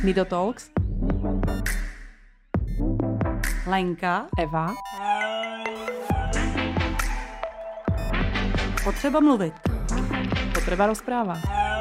Nido Talks, Lenka, Eva. Potřeba mluvit. Potreba rozprávať.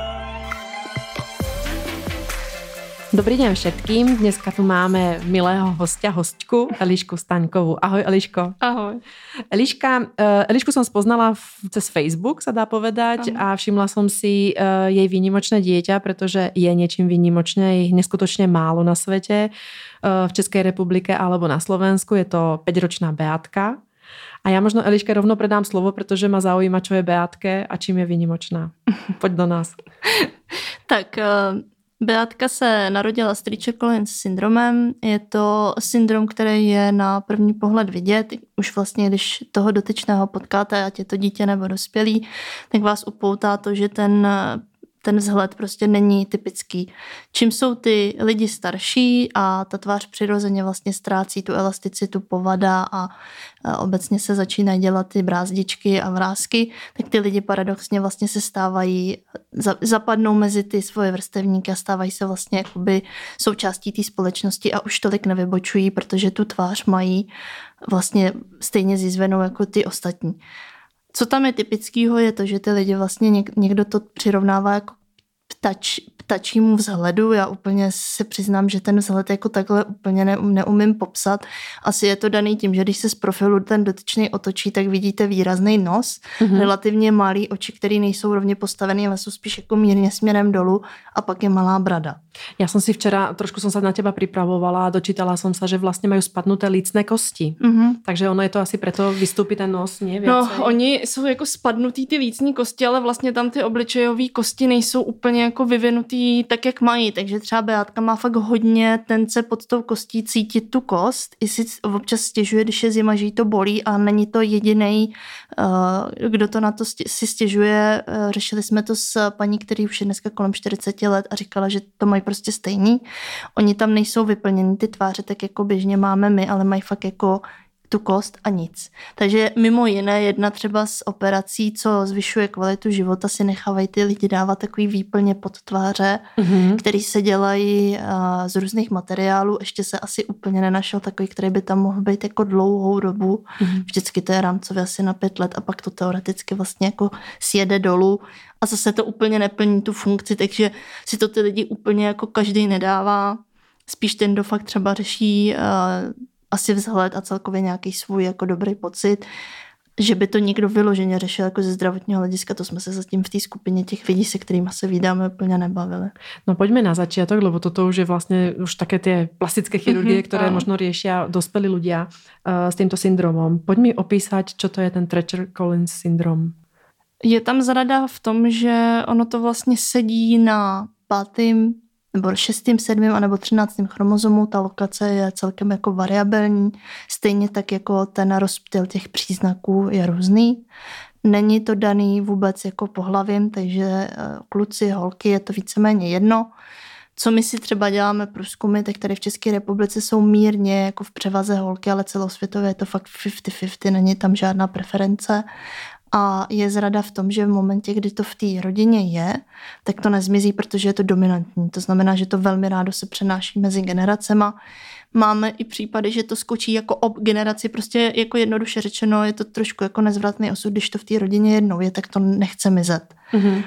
Dobrý deň všetkým. Dneska tu máme milého hostku, Elišku Staňkovú. Ahoj, Eliško. Ahoj. Elišku som spoznala cez Facebook, sa dá povedať, a všimla som si jej výnimočné dieťa, pretože je niečím výnimočné, je neskutočne málo na svete, v Českej republike alebo na Slovensku. Je to 5-ročná Beátka. A ja možno Eliške rovno predám slovo, pretože ma zaujíma, čo je Beátke a čím je výnimočná. Poď do nás. Tak Beátka se narodila s Treacher-Collins syndromem. Je to syndrom, který je na první pohled vidět. Už vlastně, když toho dotyčného potkáte, ať je to dítě nebo dospělý, tak vás upoutá to, že ten vzhled prostě není typický. Čím jsou ty lidi starší a ta tvář přirozeně vlastně ztrácí tu elasticitu, povada a obecně se začínají dělat ty brázdičky a vrásky, tak ty lidi paradoxně vlastně se stávají, zapadnou mezi ty svoje vrstevníky a stávají se vlastně jakoby součástí té společnosti a už tolik nevybočují, protože tu tvář mají vlastně stejně zjizvenou jako ty ostatní. Co tam je typického, je to, že ty lidi vlastně někdo to přirovnává jako ptačímu vzhledu. Já úplně se přiznám, že ten vzhled jako takhle úplně neumím popsat. Asi je to daný tím, že když se z profilu ten dotyčný otočí, tak vidíte výrazný nos, relativně malý oči, které nejsou rovně postavený, ale jsou spíš jako mírně směrem dolů a pak je malá brada. Ja som si včera, trošku som sa na teba pripravovala a dočítala som sa, že vlastne majú spadnuté lícne kosti. Takže ono je to asi preto vystúpi ten nos, nie? Viacej. No, oni jsou jako spadnutý ty lícní kosti, ale vlastně tam ty obličejové kosti nejsou úplně jako vyvinutý tak, jak mají. Takže třeba Beátka má fakt hodně tence pod tou kostí cítit tu kost. I si občas stěžuje, když je zima, že jí to bolí a není to jedinej, kdo to na to si stěžuje. Řešili jsme to s paní, který už je dneska kolem 40 let a říkala, že to mají prostě stejný. Oni tam nejsou vyplněný ty tváře tak jako běžně máme my, ale mají fakt jako tu kost a nic. Takže mimo jiné jedna třeba z operací, co zvyšuje kvalitu života, si nechávají ty lidi dávat takový výplně pod tváře, který se dělají z různých materiálů. Ještě se asi úplně nenašel takový, který by tam mohl být jako dlouhou dobu. Vždycky to je rámcově asi na 5 let a pak to teoreticky vlastně jako sjede dolů a zase to úplně neplní tu funkci, takže si to ty lidi úplně jako každý nedává. Spíš ten, kdo fakt třeba řeší asi vzhled a celkově nějaký svůj jako dobrý pocit, že by to někdo vyloženě řešil jako ze zdravotního hlediska, to jsme se zatím v té skupině těch lidí, se kterými se vídáme, úplně nebavili. No poďme na začiatok, lebo toto už je vlastne už také tie plastické chirurgie, ktoré možno riešia dospelí ľudia s týmto syndromom. Poď mi opísať, čo to je ten Treacher-Collins syndrom. Je tam zrada v tom, že ono to vlastně sedí na 5., nebo 6., 7. anebo 13. chromozomu, ta lokace je celkem jako variabilní, stejně tak jako ten rozptyl těch příznaků je různý. Není to daný vůbec jako pohlavím, takže kluci, holky, je to víceméně jedno. Co my si třeba děláme průzkumy, tak tady v České republice jsou mírně jako v převaze holky, ale celosvětově je to fakt 50-50, není tam žádná preference. A je zrada v tom, že v momentě, kdy to v té rodině je, tak to nezmizí, protože je to dominantní. To znamená, že to velmi rádo se přenáší mezi generacema. Máme i případy, že to skočí jako ob generaci, prostě jako jednoduše řečeno, je to trošku jako nezvratný osud, když to v té rodině jednou je, tak to nechce mizet.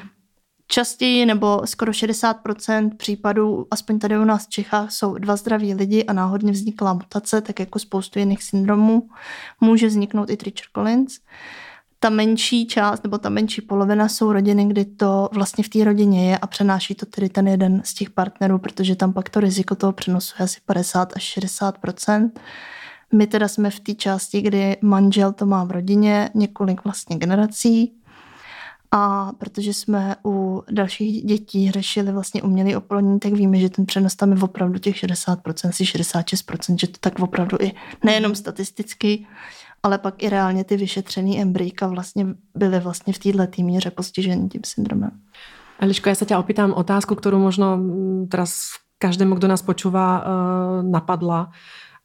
Častěji nebo skoro 60% případů, aspoň tady u nás v Čechách, jsou 2 zdraví lidi a náhodně vznikla mutace, tak jako spoustu jiných syndromů. Může vzniknout i Treacher-Collins. Ta menší část nebo ta menší polovina jsou rodiny, kdy to vlastně v té rodině je a přenáší to tedy ten jeden z těch partnerů, protože tam pak to riziko toho přenosu je asi 50 až 60%. My teda jsme v té části, kdy manžel to má v rodině několik vlastně generací a protože jsme u dalších dětí řešili vlastně umělý oplodnění, tak víme, že ten přenos tam je opravdu těch 60%, asi 66%, že to tak opravdu i nejenom statisticky, ale pak i reálně ty vyšetřený embryíka vlastně byly vlastně v této míře postižení tím syndromem. Eliško, ja sa ťa opýtam otázku, ktorú možno teraz každému, kto nás počúva, napadla.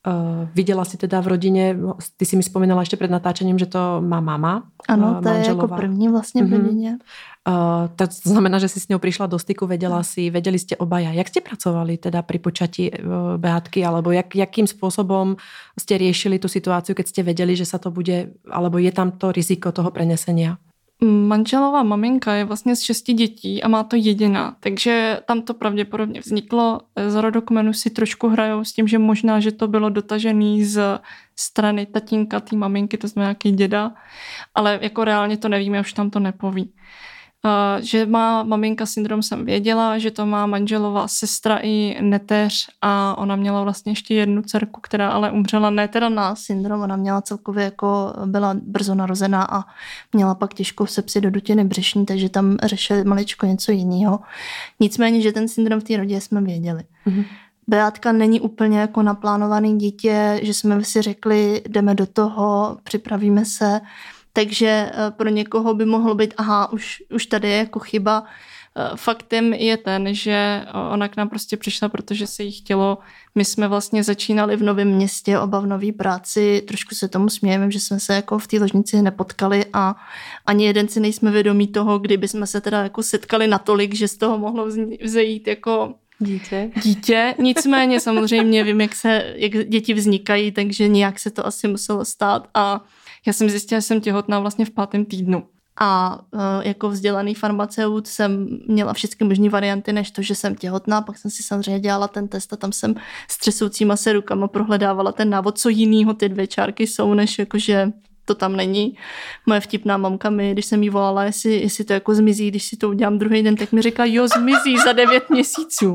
Viděla si teda v rodině, ty si mi vzpomínala ještě před natáčením, že to má mama. Ano, to je jako první vlastně v rodině. To znamená, že si s ňou přišla do styku, vedeli ste obaja. Jak ste pracovali teda pri počatí Beátky, alebo jakým spôsobom ste riešili tu situáciu, keď ste vedeli, že sa to bude, alebo je tam to riziko toho prenesenia? Manželová maminka je vlastně z 6 dětí a má to jediná, takže tam to pravděpodobně vzniklo. Z rodokmenu si trošku hrajou s tím, že možná, že to bylo dotažený z strany tatínka té maminky, to znamená nějaký děda, ale jako reálně to nevíme, už tam to nepoví. Že má maminka syndrom jsem věděla, že to má manželová sestra i neteř a ona měla vlastně ještě jednu dcerku, která ale umřela ne teda na syndrom, ona měla celkově jako byla brzo narozená a měla pak těžkou sepsi do dutiny břišní, takže tam řešili maličko něco jiného. Nicméně, že ten syndrom v té rodině jsme věděli. Mm-hmm. Beátka není úplně jako naplánovaný dítě, že jsme si řekli, jdeme do toho, připravíme se. Takže pro někoho by mohlo být, už tady je jako chyba. Faktem je ten, že ona k nám prostě přišla, protože se jí chtělo. My jsme vlastně začínali v novém městě, oba v nový práci. Trošku se tomu smějeme, že jsme se jako v té ložnici nepotkali a ani jeden si nejsme vědomí toho, kdyby jsme se teda jako setkali natolik, že z toho mohlo vzejít jako dítě. Nicméně samozřejmě vím, jak děti vznikají, takže nějak se to asi muselo stát a já jsem zjistila, že jsem těhotná vlastně v 5. týdnu. A jako vzdělaný farmaceut jsem měla všechny možné varianty, než to, že jsem těhotná. Pak jsem si samozřejmě dělala ten test a tam jsem s třesoucíma se rukama prohledávala ten návod, co jinýho ty 2 čárky jsou, než jakože to tam není. Moje vtipná mamka mi, když jsem jí volala, jestli to jako zmizí, když si to udělám druhý den, tak mi říkala, jo, zmizí za 9 měsíců.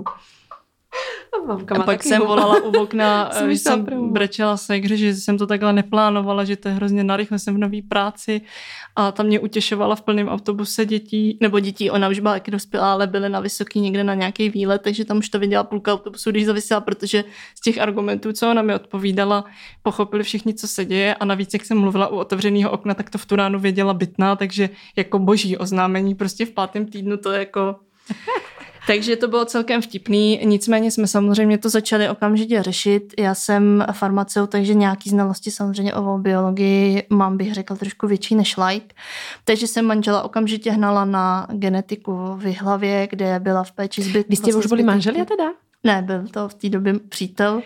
A pak jsem volala u okna, že jsem brečela sekře, že jsem to takhle neplánovala, že to je hrozně narychle, jsem v nový práci a tam mě utěšovala v plném autobuse dětí, ona už byla taky dospělá, ale byly na Vysoký někde na nějaký výlet, takže tam už to viděla půlka autobusu, když zavisela, protože z těch argumentů, co ona mi odpovídala, pochopili všichni, co se děje a navíc, jak jsem mluvila u otevřeného okna, tak to v tu ránu věděla bytná, takže jako boží oznámení prostě v 5. týdnu to je jako... Takže to bylo celkem vtipný, nicméně jsme samozřejmě to začali okamžitě řešit. Já jsem farmaceut, takže nějaký znalosti samozřejmě o biologii mám, bych řekla, trošku větší než laik. Takže jsem manžela okamžitě hnala na genetiku v Jihlavě, kde byla v péči Vy jste už byli manželia teda? Ne, byl to v té době přítel.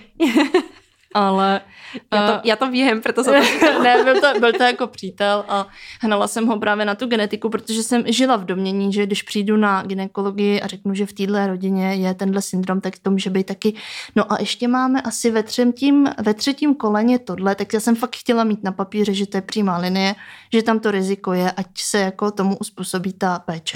Ale já to vím, proto se to ne, byl to jako přítel a hnala jsem ho právě na tu genetiku, protože jsem žila v domnění, že když přijdu na gynekologii a řeknu, že v téhle rodině je tenhle syndrom, tak to může být taky. No a ještě máme asi ve třetím koleně tohle, tak já jsem fakt chtěla mít na papíře, že to je přímá linie, že tam to riziko je, ať se jako tomu uspůsobí ta péče.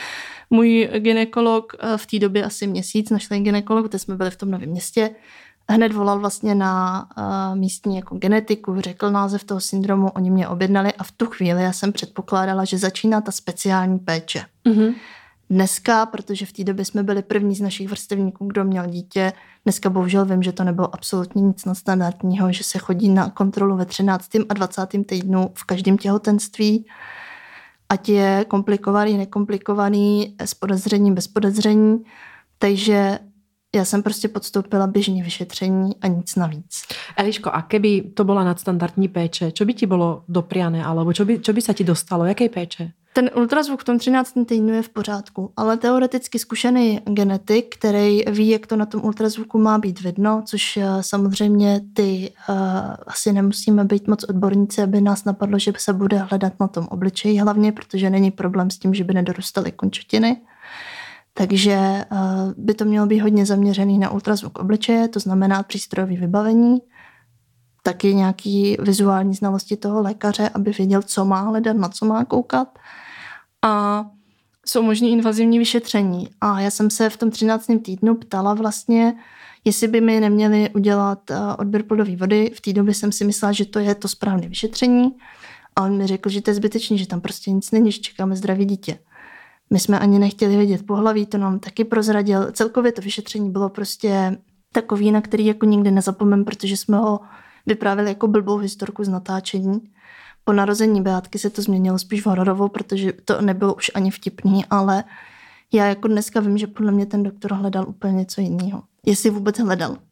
Můj gynekolog v té době asi měsíc, našli gynekolog, teď jsme byli v tom Novém Městě, hned volal vlastně na místní jako genetiku, řekl název toho syndromu, oni mě objednali a v tu chvíli já jsem předpokládala, že začíná ta speciální péče. Mm-hmm. Dneska, protože v té době jsme byli první z našich vrstevníků, kdo měl dítě, dneska bohužel vím, že to nebylo absolutně nic nadstandardního, že se chodí na kontrolu ve 13. a 20. týdnu v každém těhotenství, ať je komplikovaný, nekomplikovaný, s podezřením, bez podezření, takže já jsem prostě podstoupila běžné vyšetření a nic navíc. Eliško, a keby to byla nadstandardní péče, čo by ti bylo dopriané, alebo čo by sa ti dostalo? Jaké péče? Ten ultrazvuk v tom 13. týdnu je v pořádku, ale teoreticky zkušený genetik, který ví, jak to na tom ultrazvuku má být vidno, což samozřejmě asi nemusíme být moc odborníci, aby nás napadlo, že se bude hledat na tom obličeji hlavně, protože není problém s tím, že by nedorostaly končetiny. Takže by to mělo být hodně zaměřený na ultrazvuk obličeje, to znamená přístrojové vybavení, taky nějaký vizuální znalosti toho lékaře, aby věděl, co má hledat, na co má koukat. A jsou možný invazivní vyšetření. A já jsem se v tom 13. týdnu ptala vlastně, jestli by mi neměli udělat odběr plodové vody. V té době jsem si myslela, že to je to správné vyšetření. A on mi řekl, že to je zbytečný, že tam prostě nic není, že čekáme zdravé dítě. My jsme ani nechtěli vědět pohlaví, to nám taky prozradil. Celkově to vyšetření bylo prostě takový, na který jako nikdy nezapomenu, protože jsme ho vyprávěli jako blbou historku z natáčení. Po narození Beátky se to změnilo spíš v hororovou, protože to nebylo už ani vtipný, ale já jako dneska vím, že podle mě ten doktor hledal úplně něco jiného. Jestli vůbec hledal.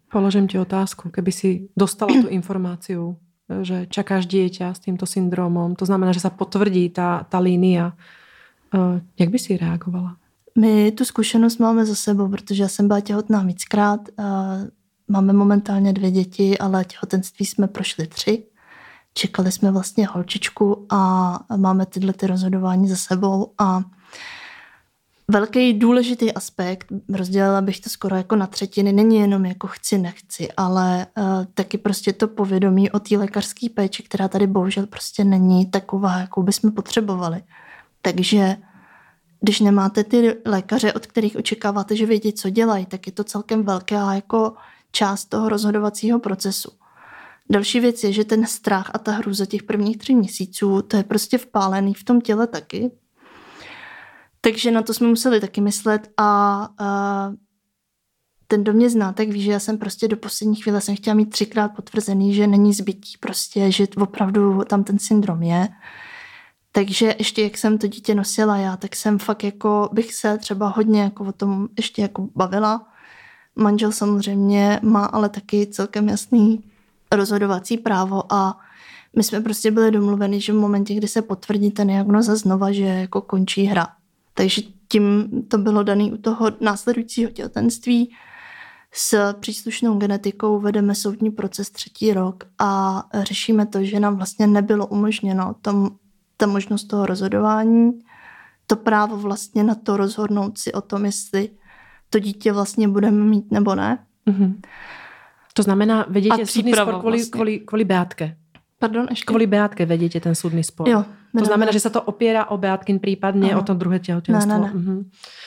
Položím ti otázku, keby si dostala tú informáciu, že čakáš dieťa s týmto syndromom, to znamená, že sa potvrdí tá línia. Jak by si reagovala? My tu zkušenost máme za sebou, protože já jsem byla těhotná víckrát. Máme momentálně 2 děti, ale těhotenství jsme prošli 3. Čekali jsme vlastně holčičku a máme tyhle rozhodování za sebou a velký důležitý aspekt, rozdělila bych to skoro jako na třetiny, není jenom jako chci, nechci, ale taky prostě to povědomí o té lékařské péči, která tady bohužel prostě není taková, jakou bychom potřebovali. Takže když nemáte ty lékaře, od kterých očekáváte, že vědí, co dělají, tak je to celkem velká jako část toho rozhodovacího procesu. Další věc je, že ten strach a ta hrůza těch prvních 3 měsíců, to je prostě vpálený v tom těle taky. Takže na to jsme museli taky myslet a ten, kdo mě zná, tak ví, že já jsem prostě do poslední chvíle jsem chtěla mít 3krát potvrzený, že není zbytí prostě, že opravdu tam ten syndrom je. Takže ještě jak jsem to dítě nosila já, tak jsem fakt jako bych se třeba hodně jako o tom ještě jako bavila. Manžel samozřejmě má ale taky celkem jasný rozhodovací právo a my jsme prostě byli domluveni, že v momentě, kdy se potvrdí ten diagnoza znova, že jako končí hra. Takže tím to bylo dané u toho následujícího těhotenství. S příslušnou genetikou vedeme soudní proces 3. rok a řešíme to, že nám vlastně nebylo umožněno ta možnost toho rozhodování, to právo vlastně na to rozhodnout si o tom, jestli to dítě vlastně budeme mít nebo ne. Mm-hmm. To znamená, vedete súdny spor kvôli Beátke. Pardon, ešte? Kvôli Beátke vedete ten súdny spor. Jo. To znamená, že sa to opiera o Beátkin prípad, nie o to druhé tehotenstvo. Ne. Uh-huh.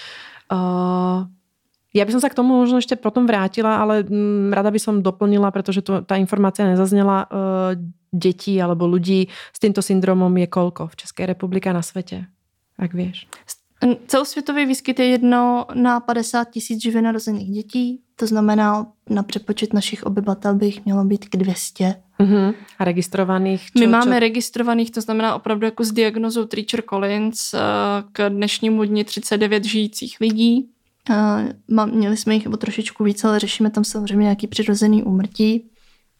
Ja by som sa k tomu možno ešte potom vrátila, ale rada by som doplnila, pretože tá informácia nezaznela. Detí alebo ľudí s týmto syndromom je koľko v Českej republike a na svete? Ak vieš. Celosvětový výskyt je 1 na 50 000 živě narozených dětí. To znamená, na přepočet našich obyvatel by jich mělo být k 200. Uh-huh. A registrovaných? My máme registrovaných, to znamená opravdu jako s diagnozou Treacher-Collins k dnešnímu dni 39 žijících lidí. Měli jsme jich o trošičku víc, ale řešíme tam samozřejmě nějaký přirozený úmrtí.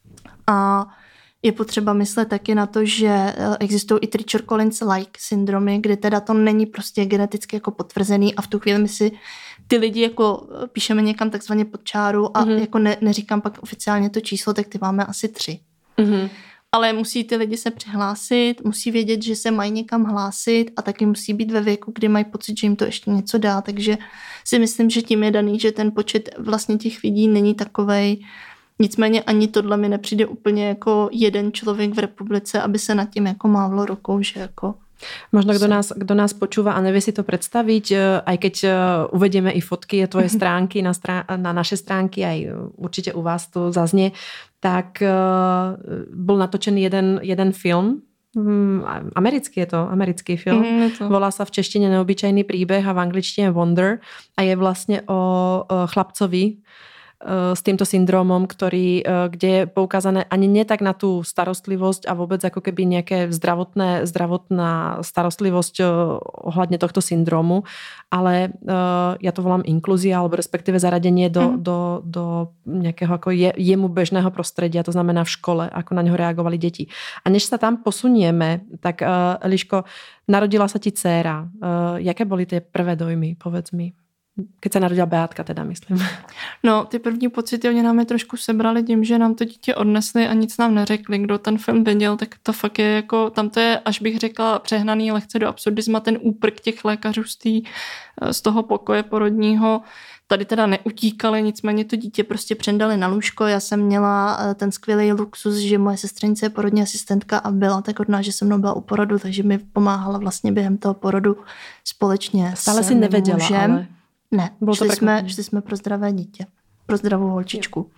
A je potřeba myslet taky na to, že existují i Treacher-Collins-like syndromy, kde teda to není prostě geneticky jako potvrzený a v tu chvíli my si ty lidi jako píšeme někam takzvaně pod čáru a jako neříkám pak oficiálně to číslo, tak ty máme asi 3. Mm-hmm. Ale musí ty lidi se přihlásit, musí vědět, že se mají někam hlásit a taky musí být ve věku, kdy mají pocit, že jim to ještě něco dá. Takže si myslím, že tím je daný, že ten počet vlastně těch lidí není takovej. Nicméně ani tohle mi nepřijde úplně jako jeden člověk v republice, aby se nad tím jako mávlo rukou, že jako... Možno kdo nás počúva a nevie si to predstaviť, aj keď uvedieme i fotky tvoje stránky na naše stránky, aj určite u vás to zaznie, tak bol natočený jeden film, americký je to, americký film. Volá sa v češtine Neobyčajný príbeh a v angličtine Wonder a je vlastne o chlapcovi s týmto syndromom, kde je poukázané ani nie tak na tú starostlivosť a vôbec ako keby nejaké zdravotná starostlivosť ohľadne tohto syndromu, ale ja to volám inklúzia alebo respektíve zaradenie do nejakého ako jemu bežného prostredia, to znamená v škole, ako na ňo reagovali deti. A než sa tam posunieme, tak Eliško, narodila sa ti dcéra. Jaké boli tie prvé dojmy, povedz mi? Keď se narodila Beátka, teda myslím. No, ty první pocity oni nám je trošku sebrali tím, že nám to dítě odnesli a nic nám neřekli. Kdo ten film viděl, tak to fakt je jako, tam to je, až bych řekla, přehnaný lehce do absurdisma, ten úprk těch lékařů z toho pokoje porodního. Tady teda neutíkali, nicméně to dítě prostě přendali na lůžko. Já jsem měla ten skvělý luxus, že moje sestřenice je porodní asistentka a byla tak hodná, že se mnou byla u porodu, takže mi pomáhala vlastně během toho porodu společně Stále si nevěděla, mužem. Ale... Ne, šli jsme pro zdravé dítě, pro zdravou holčičku.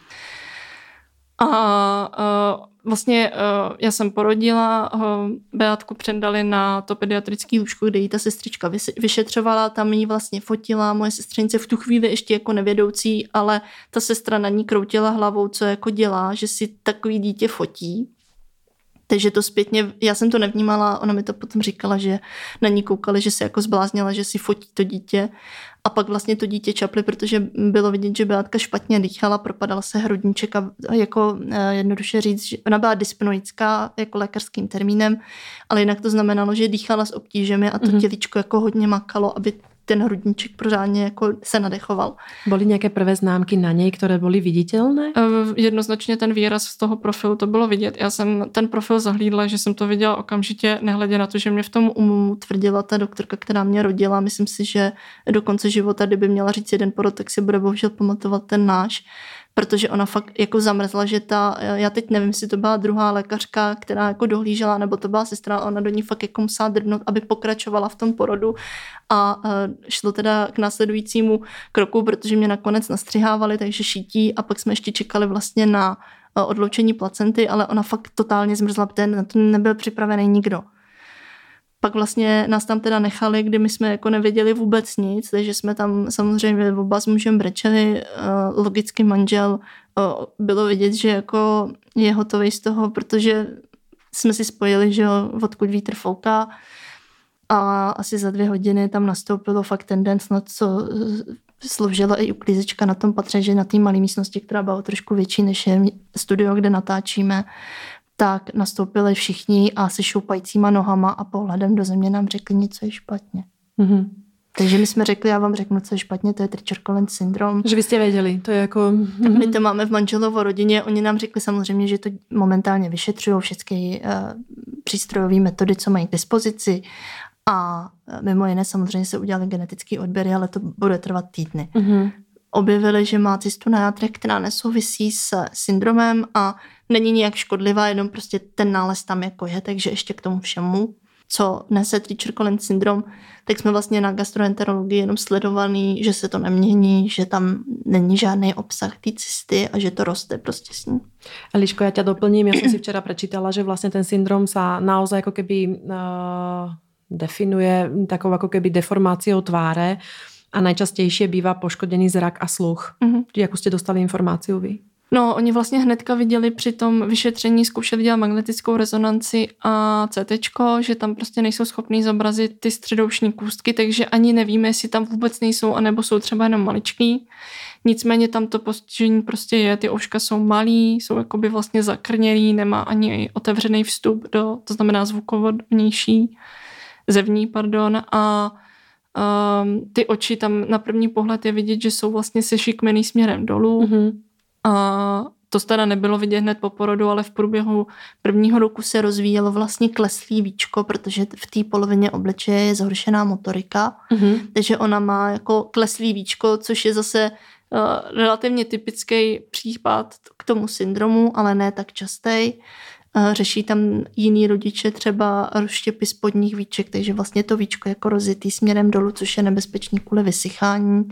A vlastně já jsem porodila, Beátku přendali na to pediatrické lůžko, kde jí ta sestřička vyšetřovala, tam jí vlastně fotila, moje sestřenice v tu chvíli ještě jako nevědoucí, ale ta sestra na ní kroutila hlavou, co jako dělá, že si takový dítě fotí. Takže to zpětně, já jsem to nevnímala, ona mi to potom říkala, že na ní koukali, že se jako zbláznila, že si fotí to dítě. A pak vlastně to dítě čapli, protože bylo vidět, že Beatka špatně dýchala, propadal se hrudníček a jako jednoduše říct, že ona byla dyspnoická jako lékařským termínem, ale jinak to znamenalo, že dýchala s obtížemi a to tělíčko jako hodně makalo, aby ten hrudníček pořádně jako se nadechoval. Byly nějaké prvé známky na něj, které byly viditelné? Jednoznačně ten výraz z toho profilu, to bylo vidět. Já jsem ten profil zahlídla, že jsem to viděla okamžitě, nehledě na to, že mě v tom tvrdila ta doktorka, která mě rodila. Myslím si, že do konce života, kdyby měla říct jeden porod, tak si bude bohužel pamatovat ten náš, protože ona fakt jako zamrzla, že já teď nevím, jestli to byla druhá lékařka, která jako dohlížela, nebo to byla sestra, ona do ní fakt jako musela drbnout, aby pokračovala v tom porodu a šlo teda k následujícímu kroku, protože mě nakonec nastřihávali, takže šítí a pak jsme ještě čekali vlastně na odloučení placenty, ale ona fakt totálně zmrzla, protože na to nebyl připravený nikdo. Pak vlastně nás tam teda nechali, kdy my jsme jako nevěděli vůbec nic, takže jsme tam samozřejmě oba s mužem brečeli, logicky manžel, bylo vidět, že jako je hotový z toho, protože jsme si spojili, že odkud vítr fouká a asi za 2 hodiny tam nastoupilo fakt ten den, snad co sloužila i uklízečka na tom patře, že na té malé místnosti, která byla trošku větší než je studio, kde natáčíme, tak nastoupili všichni a se šoupajícíma nohama a pohledem do země nám řekli, něco je špatně. Mm-hmm. Takže my jsme řekli, já vám řeknu, co je špatně, to je Treacher-Collins syndrom. Že vy jste věděli, to je jako... My to máme v manželovo rodině, oni nám řekli samozřejmě, že to momentálně vyšetřují všechny přístrojové metody, co mají k dispozici a mimo jiné samozřejmě se udělali genetické odběry, ale to bude trvat týdny. Mm-hmm. Objevili, že má cystu na játrech, která nesouvisí s syndromem a není nijak škodlivá, jenom prostě ten nález tam jako je, takže ještě k tomu všemu, co nese Treacher-Collins syndrom, tak jsme vlastně na gastroenterologii jenom sledovaný, že se to nemění, že tam není žádný obsah té cysty a že to roste prostě s ní. Eliško, já tě doplním, já jsem si včera prečítala, že vlastně ten syndrom sa naozaj jako keby definuje takovou jako keby deformáciou tváře a najčastější bývá poškodený zrak a sluch. Mm-hmm. Jakou jste dostali informaci vy? No, oni vlastně hnedka viděli při tom vyšetření, zkoušeli dělat magnetickou rezonanci a CTčko, že tam prostě nejsou schopní zobrazit ty středoušní kůstky, takže ani nevíme, jestli tam vůbec nejsou, anebo jsou třeba jenom maličký. Nicméně tam to postižení prostě je, ty ouška jsou malý, jsou jakoby vlastně zakrnělý, nemá ani otevřený vstup to znamená zvukovodnější, zevní, pardon, a ty oči tam na první pohled je vidět, že jsou vlastně sešikmený směrem dolů. Mm-hmm. A to teda nebylo vidět hned po porodu, ale v průběhu prvního roku se rozvíjelo vlastně kleslý víčko, protože v té polovině obličeje je zhoršená motorika, takže ona má jako kleslý víčko, což je zase relativně typický případ k tomu syndromu, ale ne tak častý. Řeší tam jiný rodiče třeba rozštěpy spodních víček, takže vlastně to víčko je jako rozjetý směrem dolů, což je nebezpečný kvůli vysychání.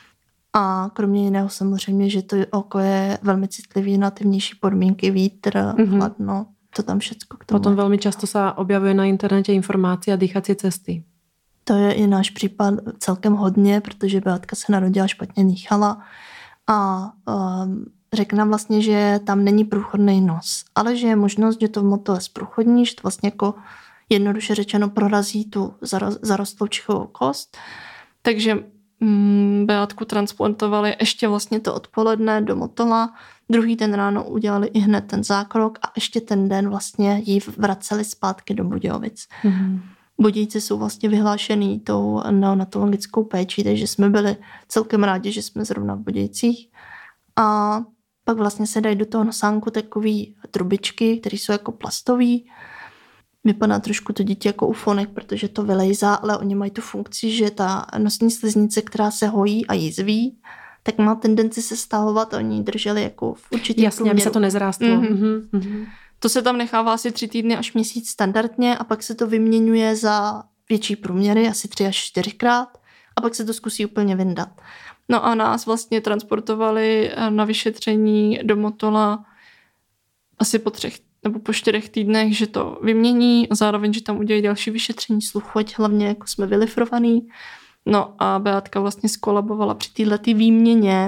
A kromě jiného samozřejmě, že to oko je velmi citlivý na ty vnější podmínky, vítr, chladno, to tam všecko k tomu. Potom velmi často se objavuje na internete informace a dýchací cesty. To je i náš případ celkem hodně, protože Beatka se narodila, špatně dýchala a řekl nám vlastně, že tam není průchodný nos, ale že je možnost, že to motole zprůchodní, že to vlastně jako jednoduše řečeno prorazí tu zarostlou čichovou kost. Takže Beátku transplantovali ještě vlastně to odpoledne do Motola, druhý den ráno udělali i hned ten zákrok a ještě ten den vlastně ji vraceli zpátky do Budějovic. Mm-hmm. Budějci jsou vlastně vyhlášený tou neonatologickou péčí, takže jsme byli celkem rádi, že jsme zrovna v Budějcích. A pak vlastně se dají do toho nosánku takový trubičky, které jsou jako plastový. Vypadá trošku to dítě jako ufonek, protože to vylejzá, ale oni mají tu funkci, že ta nosní sliznice, která se hojí a jizví, tak má tendenci se stahovat a oni ji drželi jako v určitém Jasně, průměru. Aby se to nezrástlo. Mm-hmm. To se tam nechává asi 3 týdny až měsíc standardně a pak se to vyměňuje za větší průměry, asi 3 až 4krát a pak se to zkusí úplně vyndat. No a nás vlastně transportovali na vyšetření do Motola asi po 3 nebo po 4 týdnech, že to vymění a zároveň, že tam udělají další vyšetření sluchu, ať hlavně jako jsme vylifrovaný. No a Beátka vlastně skolabovala při této výměně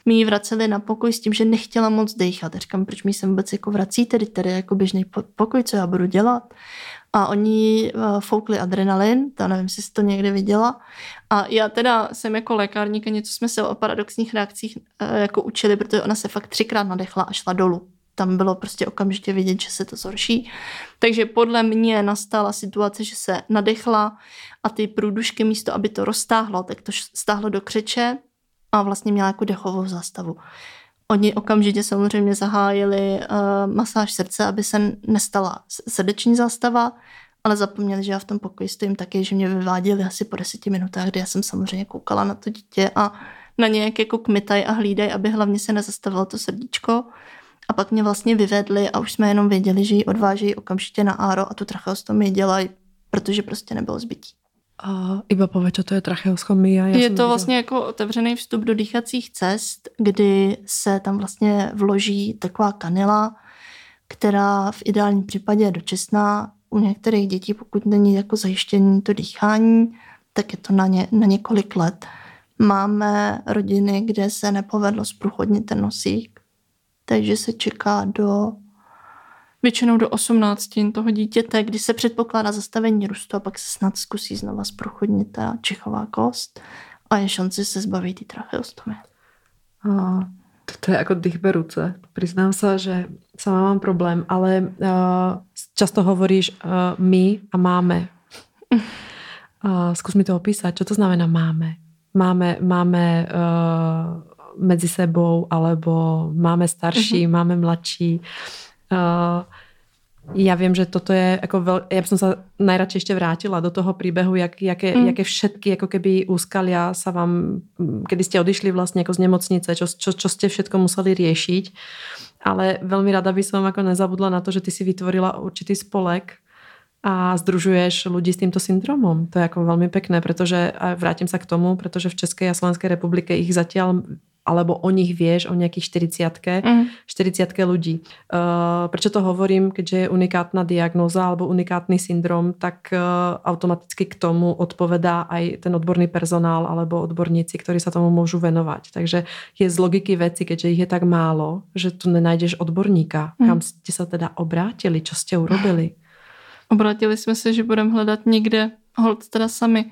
mi ji vraceli na pokoj s tím, že nechtěla moc dýchat. Říkám, proč mi se vůbec jako vracíte, tady jako běžný pokoj, co já budu dělat. A oni foukli adrenalin, to nevím, jestli jsi to někde viděla. A já teda jsem jako lékárník a něco jsme se o paradoxních reakcích jako učili, protože ona se fakt 3krát nadechla a šla dolů. Tam bylo prostě okamžitě vidět, že se to zhorší. Takže podle mě nastala situace, že se nadechla a ty průdušky místo, aby to roztáhlo, tak to stáhlo do křeče a vlastně měla jako dechovou zástavu. Oni okamžitě samozřejmě zahájili masáž srdce, aby se nestala srdeční zástava, ale zapomněli, že já v tom pokoji stojím taky, že mě vyváděli asi po 10 minutách, kdy já jsem samozřejmě koukala na to dítě a na ně jak jako kmitaj a hlídaj, aby hlavně se nezastavilo to srdíčko. A pak mě vlastně vyvedli a už jsme jenom věděli, že ji odvážejí okamžitě na áro a tu tracheostomii dělají, protože prostě nebylo zbytí. Iba povedz, čo to je tracheostomia. Je to vlastně jako otevřený vstup do dýchacích cest, kdy se tam vlastně vloží taková kanila, která v ideálním případě je dočasná. U některých dětí, pokud není jako zajištění to dýchání, tak je to na několik let. Máme rodiny, kde se nepovedlo zprůchodnit ten nosík, takže se čeká většinou do 18 toho dítěte, kdy se předpokládá zastavení růstu a pak se snad zkusí znova zprůchodnit ta čichová kost a je šance se zbavit té tracheostomie. To je ako dých berúce. Priznám sa, že sama mám problém, ale často hovoríš my a máme. Skús mi to opísať. Čo to znamená máme? Máme medzi sebou, alebo máme starší, máme mladší. Ja viem, že toto je ako ja by som sa najradšej ešte vrátila do toho príbehu, jaké všetky ako keby úskalia sa vám, kedy ste odišli vlastne ako z nemocnice, čo ste všetko museli riešiť. Ale veľmi rada by som ako nezabudla na to, že ty si vytvorila určitý spolek a združuješ ľudí s týmto syndromom. To je ako veľmi pekné, pretože a vrátim sa k tomu, pretože v Českej a Slovenskej republike ich zatiaľ alebo o nich vieš, o nejakých 40 ľudí. Prečo to hovorím? Keďže je unikátna diagnóza alebo unikátny syndrom, tak automaticky k tomu odpovedá aj ten odborný personál alebo odborníci, ktorí sa tomu môžu venovať. Takže je z logiky veci, keďže ich je tak málo, že tu nenájdeš odborníka. Kam ste sa teda obrátili? Čo ste urobili? Obrátili jsme se, že budeme hledat někde, holt teda sami.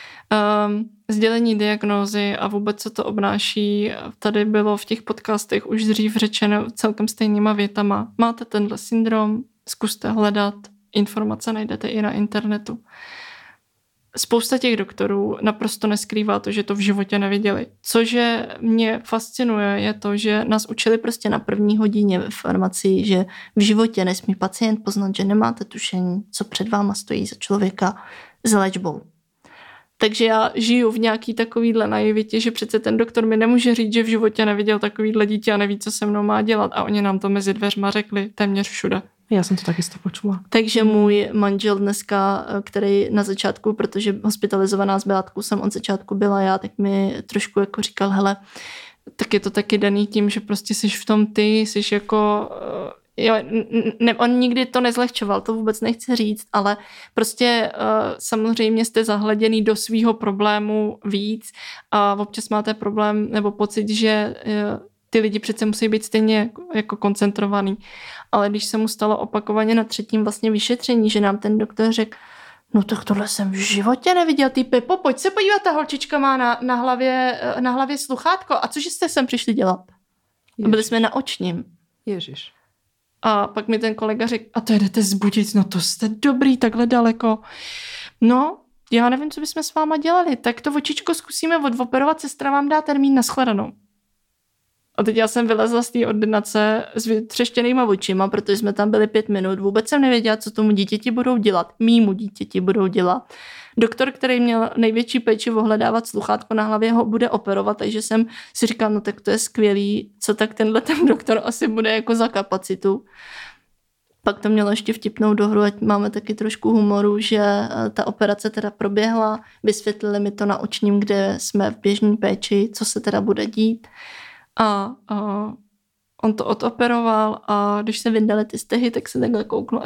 Sdělení diagnózy a vůbec co to obnáší. Tady bylo v těch podcastech už dřív řečeno celkem stejnýma větama. Máte tenhle syndrom, zkuste hledat, informace najdete i na internetu. Spousta těch doktorů naprosto neskrývá to, že to v životě neviděli. Cože mě fascinuje, je to, že nás učili prostě na první hodině ve farmacii, že v životě nesmí pacient poznat, že nemáte tušení, co před váma stojí za člověka s léčbou. Takže já žiju v nějaký takovýhle naivitě, že přece ten doktor mi nemůže říct, že v životě neviděl takovýhle dítě a neví, co se mnou má dělat. A oni nám to mezi dveřma řekli téměř všude. Já jsem to taky z toho počula. Takže můj manžel dneska, který na začátku, protože hospitalizovaná z Beátku jsem od začátku byla já, tak mi trošku jako říkal, hele, tak je to taky daný tím, že prostě jsi v tom ty, jsi jako... Jo, on nikdy to nezlehčoval, to vůbec nechci říct, ale prostě samozřejmě jste zahleděný do svýho problému víc a občas máte problém nebo pocit, že ty lidi přece musí být stejně jako koncentrovaný. Ale když se mu stalo opakovaně na 3. vlastně vyšetření, že nám ten doktor řekl, no tak tohle jsem v životě neviděl, ty Pepo, pojď se podívat, ta holčička má na hlavě sluchátko. A cože jste sem přišli dělat? A byli jsme na očním. Ježiš. A pak mi ten kolega řekl, a to jdete zbudit, no to jste dobrý, takhle daleko. No, já nevím, co bychom s váma dělali, tak to očičko zkusíme odoperovat, sestra vám dá termín na shledanou. A teď já jsem vylezla z té ordinace s vytřeštěnýma očima, protože jsme tam byli 5 minut. Vůbec jsem nevěděla, co tomu dítěti budou dělat. Mýmu dítěti budou dělat. Doktor, který měl největší péči ohledávat sluchátko na hlavě, ho bude operovat, takže jsem si říkala, no tak to je skvělý, co tak tenhle ten doktor asi bude jako za kapacitu. Pak to mělo ještě vtipnou dohru, ať máme taky trošku humoru, že ta operace teda proběhla, vysvětlili mi to na očním, kde jsme v běžné péči, co se teda bude dít. A on to odoperoval a když se vydali ty stehy, tak se takhle kouknul a říkal,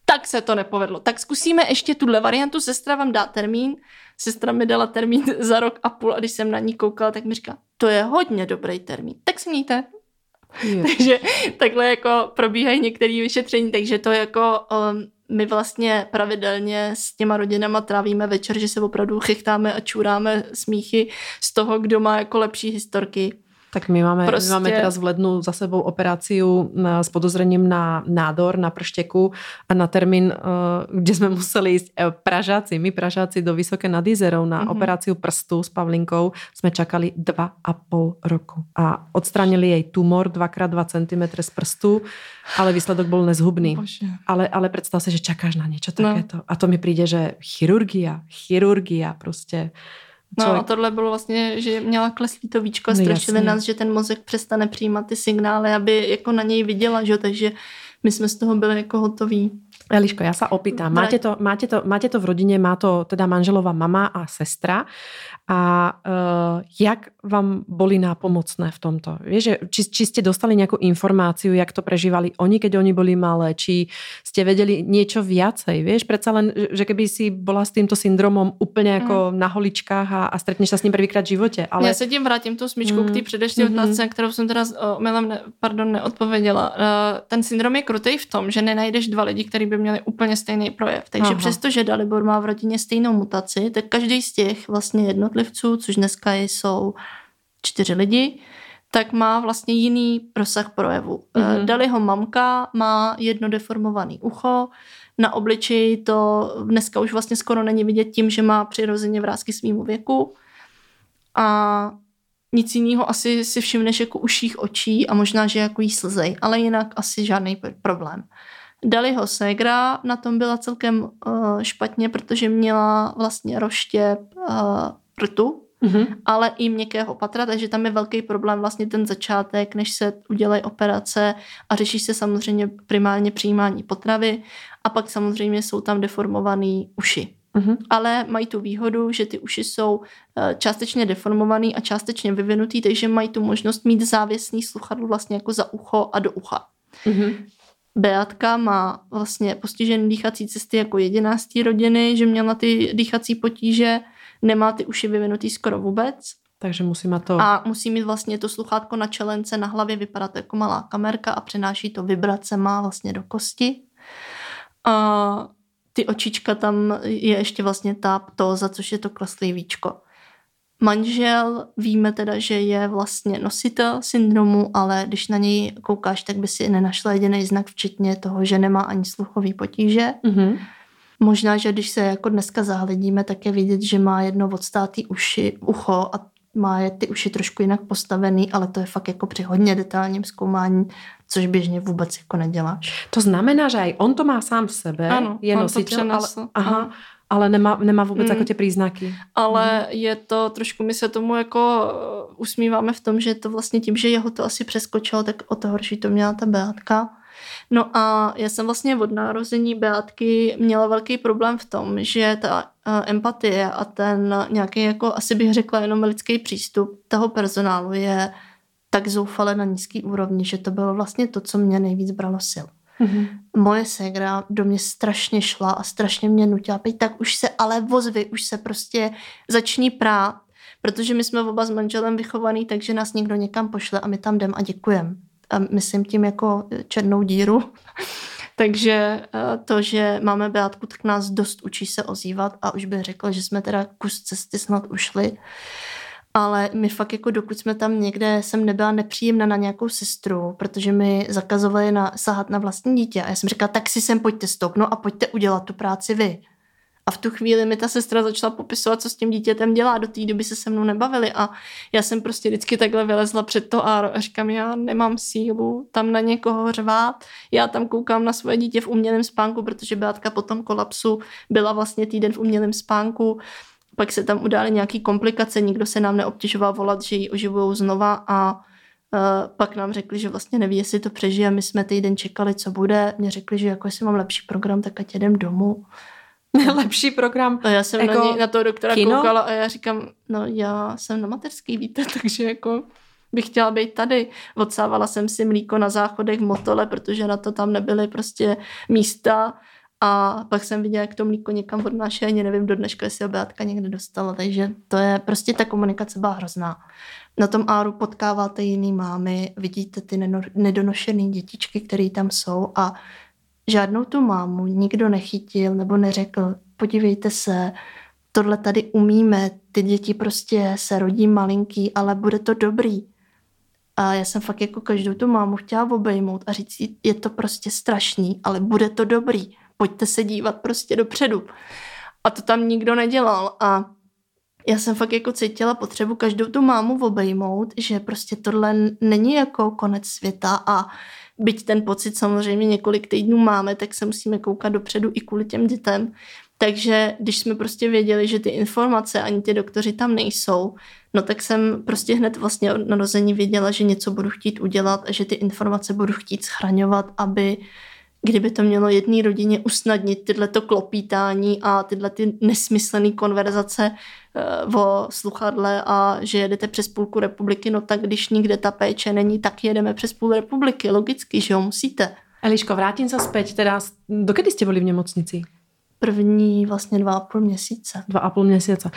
tak se to nepovedlo. Tak zkusíme ještě tuhle variantu, sestra vám dá termín, sestra mi dala termín za 1,5 roku a když jsem na ní koukala, tak mi říká, to je hodně dobrý termín, tak si mějte. Takže takhle jako probíhají některé vyšetření, takže to jako my vlastně pravidelně s těma rodinama trávíme večer, že se opravdu chychtáme a čuráme smíchy z toho, kdo má jako lepší historky. Tak my máme teraz v lednu za sebou operáciu s podozrením na nádor na pršteku a na termín, kde sme museli ísť my Pražáci do Vysoké nad Jizerou na operáciu prstu s Pavlinkou, sme čakali 2,5 roku. A odstránili jej tumor 2x2 cm z prstu, ale výsledok bol nezhubný. Ale predstav si, že čakáš na niečo takéto. A to mi príde, že chirurgia prostě. No a tohle bylo vlastně, že měla kleslý to víčko a strašili nás, že ten mozek přestane přijímat ty signály, aby jako na něj viděla, že? Takže my jsme z toho byli jako hotoví. Eliško, ja sa opýtam, máte to v rodine, má to teda manželová mama a sestra a jak vám boli nápomocné v tomto? Vieš, či ste dostali nejakú informáciu, jak to prežívali oni, keď oni boli malé, či ste vedeli niečo viacej, vieš? Predsa len, že keby si bola s týmto syndromom úplne ako na holičkách a stretneš sa s ním prvýkrát v živote. Ale... Já se tím vrátím tou smyčkou k té předešlé otázce, kterou jsem teda neodpověděla. Ten syndrom je krutej v tom, že nenajdeš 2 lidi, kteří by měli úplně stejný projev. Takže přestože Dalibor má v rodině stejnou mutaci, tak každý z těch vlastně jednotlivců, což dneska jsou 4 lidi, tak má vlastně jiný rozsah projevu. Daliho mamka má jedno deformované ucho, na obličeji to dneska už vlastně skoro není vidět tím, že má přirozeně vrásky svýmu věku a nic jiného asi si všimneš jako uších očí a možná, že jako jí slzej, ale jinak asi žádný problém. Daliho ségra na tom byla celkem špatně, protože měla vlastně rozštěp rtu, ale i měkkého patra, takže tam je velký problém vlastně ten začátek, než se udělají operace a řeší se samozřejmě primárně přijímání potravy a pak samozřejmě jsou tam deformované uši. Ale mají tu výhodu, že ty uši jsou částečně deformovaný a částečně vyvinutý, takže mají tu možnost mít závěsný sluchadlo vlastně jako za ucho a do ucha. Beatka má vlastně postižené dýchací cesty jako jediná z té rodiny, že měla ty dýchací potíže, nemá ty uši vyvinutý skoro vůbec. Takže musí mít to... A musí mít vlastně to sluchátko na čelence, na hlavě, vypadá to jako malá kamerka a přenáší to vibracema vlastně do kosti. A ty očička tam je ještě vlastně ta ptóza, což je to kleslý víčko. Manžel, víme teda, že je vlastně nositel syndromu, ale když na něj koukáš, tak by si nenašla jediný znak, včetně toho, že nemá ani sluchový potíže. Možná, že když se jako dneska zahledíme, tak je vidět, že má jedno odstátý ucho a má je ty uši trošku jinak postavený, ale to je fakt jako při hodně detailním zkoumání, což běžně vůbec jako neděláš. To znamená, že aj on to má sám v sebe, ano, je nositel, ale nemá vůbec jako ty příznaky. Ale je to trošku, my se tomu jako usmíváme v tom, že to vlastně tím, že jeho to asi přeskočilo, tak o to horší to měla ta Beatka. No a já jsem vlastně od narození Beatky měla velký problém v tom, že ta empatie a ten nějaký jako, asi bych řekla jenom lidský přístup toho personálu je tak zoufale na nízký úrovni, že to bylo vlastně to, co mě nejvíc bralo sil. Moje ségra do mě strašně šla a strašně mě nutila, tak už se ale ozvi, už se prostě začni prát, protože my jsme oba s manželem vychovaný, takže nás někdo někam pošle a my tam jdem a děkujem. A myslím tím jako černou díru. Takže to, že máme Beátku, tak nás dost učí se ozývat a už bych řekla, že jsme teda kus cesty snad ušli. Ale my fakt jako dokud jsme tam někde, jsem nebyla nepříjemná na nějakou sestru, protože mi zakazovali sahat na vlastní dítě a já jsem říkala, tak si sem pojďte stoupnout a pojďte udělat tu práci vy. A v tu chvíli mi ta sestra začala popisovat, co s tím dítětem dělá. Do té doby se mnou nebavili a já jsem prostě vždycky takhle vylezla před to a říkám, já nemám sílu tam na někoho řvát. Já tam koukám na svoje dítě v umělém spánku, protože Beatka po tom kolapsu byla vlastně týden v umělém spánku. Pak se tam udály nějaký komplikace, nikdo se nám neobtěžoval volat, že ji oživujou znova a pak nám řekli, že vlastně neví, jestli to přežije. My jsme týden čekali, co bude. Mě řekli, že jako jestli mám lepší program, tak ať jedem domů. Lepší program. A já jsem jako na toho doktora kino? koukala a já říkám, no já jsem na mateřský, víte, takže jako bych chtěla být tady. Odsávala jsem si mlíko na záchodech v Motole, protože na to tam nebyly prostě místa A pak jsem viděla, jak to mlíko někam odnáší, ani nevím do dneška, jestli ho Beatka někde dostala, takže to je prostě ta komunikace byla hrozná. Na tom áru potkáváte jiný mámy, vidíte ty nedonošený dětičky, které tam jsou a žádnou tu mámu nikdo nechytil nebo neřekl, podívejte se, tohle tady umíme, ty děti prostě se rodí malinký, ale bude to dobrý. A já jsem fakt jako každou tu mámu chtěla obejmout a říct, je to prostě strašný, ale bude to dobrý. Pojďte se dívat prostě dopředu. A to tam nikdo nedělal. A já jsem fakt jako cítila potřebu každou tu mámu obejmout, že prostě tohle není jako konec světa a byť ten pocit samozřejmě několik týdnů máme, tak se musíme koukat dopředu i kvůli těm dětem. Takže když jsme prostě věděli, že ty informace ani ty doktoři tam nejsou, no tak jsem prostě hned vlastně od narození věděla, že něco budu chtít udělat a že ty informace budu chtít schraňovat, aby kdyby to mělo jedné rodině usnadnit tyhleto klopítání a tyhle ty nesmyslené konverzace o sluchadle a že jedete přes půlku republiky, no tak když nikde ta péče není, tak jedeme přes půl republiky, logicky, že jo, musíte. Eliško, vrátim sa späť, teda dokedy ste boli v nemocnici? První vlastně 2,5 měsíce. 2,5 měsíce.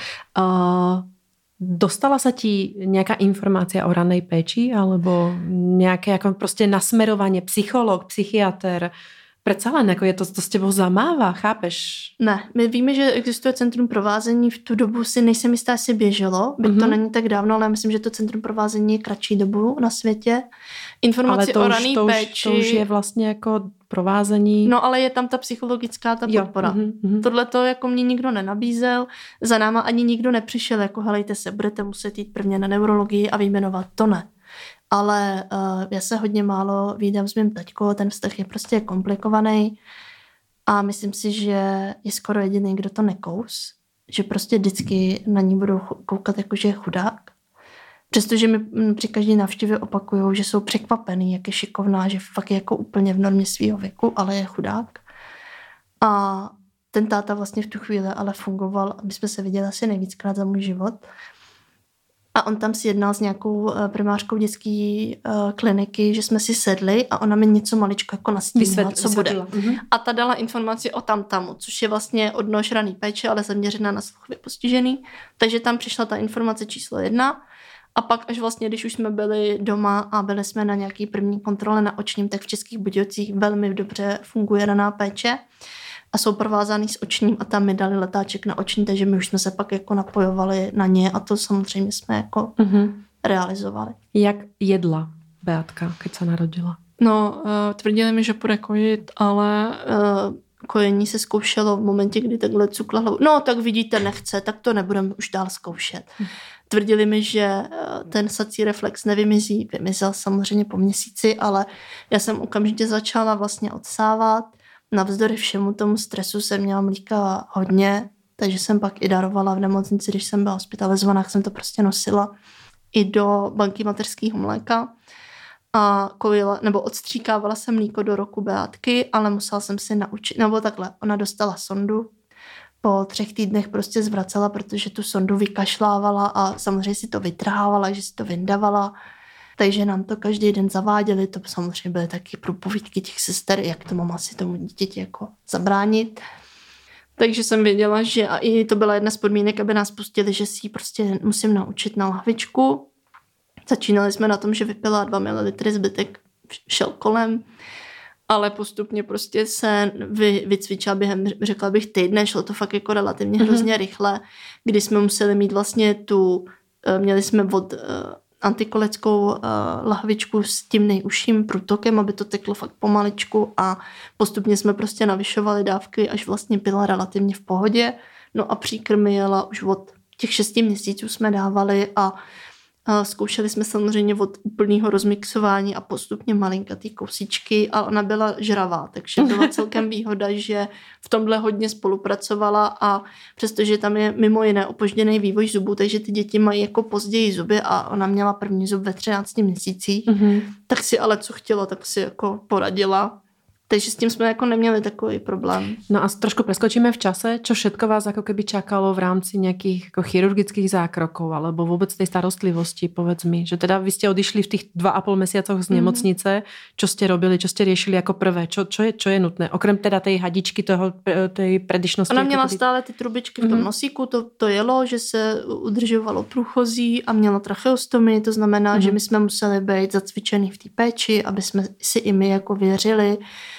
Dostala sa ti nejaká informácia o ranej péči alebo nejaké ako proste nasmerovanie, psycholog, psychiatr? Predsa len, jako je to s tebou zamáva, chápeš? Ne, my víme, že existuje centrum provázení, v tu dobu si nejsem jistá, jestli běželo, byť to není tak dávno, ale myslím, že to centrum provázení je kratší dobu na světě. Informace o rané péči. To už je vlastně jako provázení. No ale je tam ta psychologická podpora. Tohle to jako mě nikdo nenabízel, za náma ani nikdo nepřišel, jako helejte se, budete muset jít prvně na neurologii a vyjmenovat, to ne. Ale já se hodně málo vídám s mým taťkou, ten vztah je prostě komplikovaný a myslím si, že je skoro jediný, kdo to nekous, že prostě vždycky na ní budou koukat jako, že je chudák. Přestože mi při každé návštěvě opakujou, že jsou překvapený, jak je šikovná, že fakt je jako úplně v normě svýho věku, ale je chudák. A ten táta vlastně v tu chvíli ale fungoval, my jsme se viděli asi nejvíckrát za můj život. A on tam si jednal s nějakou primářkou dětské kliniky, že jsme si sedli a ona mi něco maličko jako nastínila, co bude. A ta dala informaci o tamtamu, což je vlastně odnož raný péče, ale zaměřená na sluchově postižený. Takže tam přišla ta informace číslo 1. A pak až vlastně, když už jsme byli doma a byli jsme na nějaký první kontrole na očním, tak v Českých Budějovicích velmi dobře funguje raná péče a jsou provázaný s očním a tam mi dali letáček na oční, takže my už jsme se pak jako napojovali na ně a to samozřejmě jsme jako realizovali. Jak jedla Beatka, keď se narodila? No, tvrdili mi, že půjde kojit, ale kojení se zkoušelo v momentě, kdy takhle cukla hlavu. No, tak vidíte, nechce, tak to nebudeme už dál zkoušet. Tvrdili mi, že ten sací reflex nevymizí. Vymizel samozřejmě po měsíci, ale já jsem okamžitě začala vlastně odsávat. Navzdory všemu tomu stresu jsem měla mlíka hodně, takže jsem pak i darovala v nemocnici, když jsem byla hospitalizovaná, jsem to prostě nosila i do banky mateřského mléka a kojila, nebo odstříkávala jsem mlíko do roku Beatky, ale musela jsem si naučit, nebo takhle, ona dostala sondu, po 3 týdnech prostě zvracela, protože tu sondu vykašlávala a samozřejmě si to vytrhávala, že si to vyndavala. Takže nám to každý den zaváděli, to samozřejmě byly taky průpovídky těch sester, jak to mám asi tomu dítěti jako zabránit. Takže jsem věděla, že a i to byla jedna z podmínek, aby nás pustili, že si ji prostě musím naučit na lahvičku. Začínali jsme na tom, že vypila 2 ml, zbytek šel kolem, ale postupně prostě se vycvičila během, řekla bych, týdne, šlo to fakt jako relativně hrozně rychle, kdy jsme museli mít vlastně měli jsme od antikoleckou lahvičku s tím nejužším průtokem, aby to teklo fakt pomaličku a postupně jsme prostě navyšovali dávky, až vlastně pila relativně v pohodě. No a příkrmy jela už od těch 6 měsíců jsme dávali a zkoušeli jsme samozřejmě od úplného rozmixování a postupně malinkatý kousíčky a ona byla žravá, takže byla celkem výhoda, že v tomhle hodně spolupracovala a přestože tam je mimo jiné opožděný vývoj zubů, takže ty děti mají jako později zuby a ona měla první zub ve 13 měsících, tak si ale co chtěla, tak si jako poradila. Takže s tím jsme jako neměli takový problém. No a trošku preskočíme v čase, čo všetko vás ako keby čakalo v rámci nejakých ako chirurgických zákrokov alebo vôbec tej starostlivosti, povedz mi, že teda vy ste odišli v tých 2,5 mesiacoch z nemocnice, čo ste robili, čo ste riešili ako prvé, čo je nutné, okrem teda tej hadičky tej predišnosti. Ona měla stále ty trubičky v tom nosíku, to jelo, že se udržovalo průchozí a měla tracheostomii, to znamená, že my jsme museli být zacvičený v té péči, aby jsme si i my jako věřili.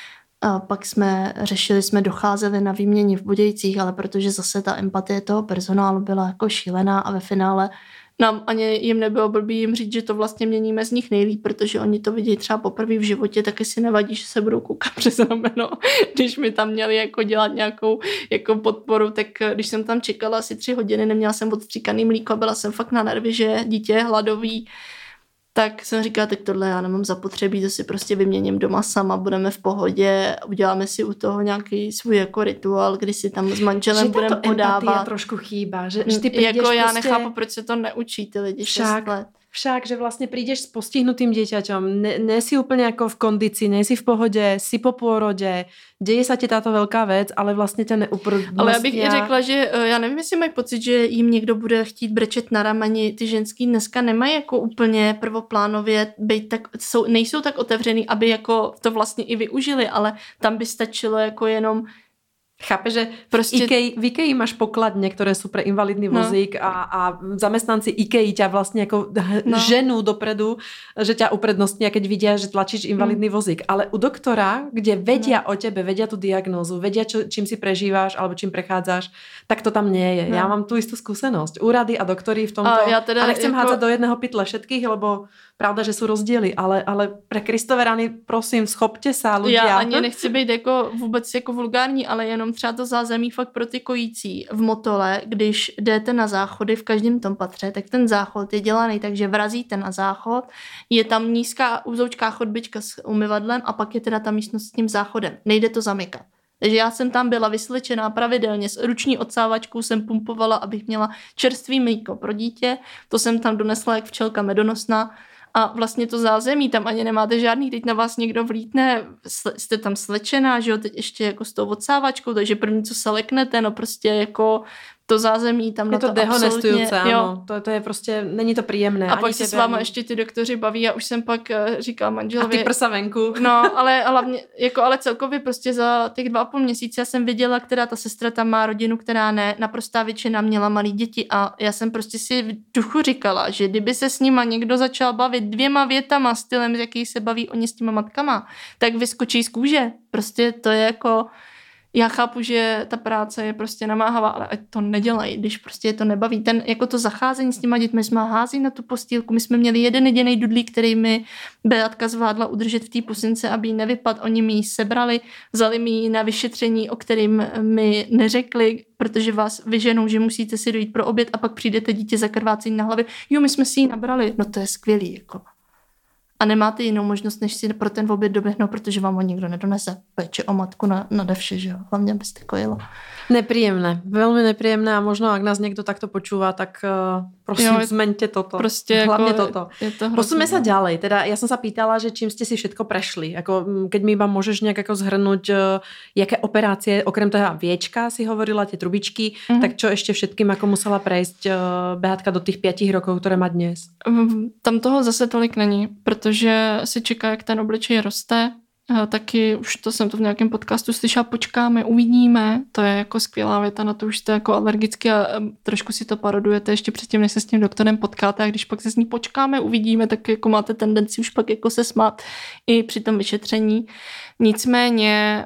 A pak jsme docházeli na výměny v Budějcích, ale protože zase ta empatie toho personálu byla jako šílená a ve finále nám ani jim nebylo blbý jim říct, že to vlastně měníme z nich nejlíp, protože oni to vidějí třeba poprvé v životě, taky si nevadí, že se budou koukat přes rameno. Když mi tam měli jako dělat nějakou jako podporu, tak když jsem tam čekala asi 3 hodiny, neměla jsem odstříkaný mlíko, byla jsem fakt na nervy, že dítě je hladový. Tak jsem říkala, tak tohle já nemám zapotřebí, to si prostě vyměním doma sama, budeme v pohodě, uděláme si u toho nějaký svůj jako rituál, kdy si tam s manželem budeme podávat. Že empatia trošku chýba, že ty prídeš jako já prostě... nechápu, proč se to neučí ty lidi 6 let. Však, že vlastne prídeš s postihnutým dieťaťom, ne si úplne ako v kondícii, ne si v pohode, si po pôrode, deje sa ti táto veľká vec, ale vlastne ťa neuprodnostňa. Ale já bych i řekla, že já nevím, jestli mají pocit, že jim někdo bude chtít brečet na rameni. Ty ženský dneska nemají jako úplně prvoplánově, nejsou tak otevřený, aby jako to vlastně i využili, ale tam by stačilo jako jenom Chápe, že prostě... v IKEA máš pokladne, ktoré sú pre invalidný vozík a zamestnanci IKEA ťa vlastne ako ženú dopredu, že ťa uprednostnia, keď vidia, že tlačíš invalidný vozík. Ale u doktora, kde vedia o tebe, vedia tú diagnózu, vedia, čím si prežíváš alebo čím prechádzaš, tak to tam nie je. Ja mám tú istú skúsenosť. Úrady a doktori v tomto... A nechcem hádzať do jedného pytle všetkých, lebo pravda, že sú rozdiely, ale pre Kristove rany, prosím, schopte sa ľudia. Já ani nechci být jako vůbec jako vulgární, ale jenom třeba to zázemí fakt pro ty kojící. V Motole, když jdete na záchody v každém tom patře, tak ten záchod je dělaný tak, že vrazíte na záchod, je tam nízká úzoučká chodbička s umyvadlem a pak je teda ta místnost s tím záchodem. Nejde to zamykat. Takže já jsem tam byla vyslečená pravidelně, s ruční odsávačkou jsem pumpovala, abych měla čerstvý mlíko pro dítě. To jsem tam donesla jak včelka medonosná. A vlastně to zázemí, tam ani nemáte žádný, teď na vás někdo vlítne, jste tam slečená, že jo, teď ještě jako s tou odsávačkou, takže první, co se leknete, no prostě jako to zázemí tam je na to dehonestujúce, áno. To je prostě, není to príjemné. A pak se s váma ještě ty doktoři baví a už jsem pak říkala manželovi. A ty prsa venku. No, ale hlavně, jako ale celkově prostě za těch 2,5 měsíce jsem viděla, která ta sestra tam má rodinu, která ne. Naprostá většina měla malý děti a já jsem prostě si v duchu říkala, že kdyby se s nima někdo začal bavit 2 větama stylem, z jakých se baví oni s těma matkama, tak vyskočí z kůže. Prostě to je jako... Já chápu, že ta práce je prostě namáhavá, ale ať to nedělají, když prostě je to nebaví. Jako to zacházení s těma dětmi jsme hází na tu postýlku. My jsme měli jeden jediný dudlík, který mi Beatka zvládla udržet v té pusince, aby jí nevypadl. Oni mi ji sebrali, vzali mi ji na vyšetření, o kterým mi neřekli, protože vás vyženou, že musíte si dojít pro oběd a pak přijdete dítě zakrvácení na hlavě. Jo, my jsme si ji nabrali. No to je skvělý, jako. A nemáte jinou možnost, než si pro ten oběd doběhnout, protože vám ho nikdo nedonese. Péče o matku nade vše, že jo. Hlavně byste kojila. Nepríjemné, veľmi nepríjemné a možno, ak nás niekto takto počúva, tak prosím, zmeňte toto. Prostě hlavne jako toto. Posúňme sa ďalej. Teda ja som sa pýtala, že čím ste si všetko prešli. Ako, keď mi iba môžeš nejak ako zhrnúť, jaké operácie, okrem toho viečka si hovorila, tie trubičky, tak čo ešte všetkým ako musela prejsť Beatka do tých 5 rokov, ktoré má dnes? Tam toho zase tolik není, protože si čeká, jak ten obličej roste. Taky už to jsem to v nějakém podcastu slyšela, počkáme, uvidíme, to je jako skvělá věta, na to už jste jako alergicky a trošku si to parodujete ještě předtím, než se s tím doktorem potkáte a když pak se s ní počkáme, uvidíme, tak jako máte tendenci už pak jako se smát i při tom vyšetření. Nicméně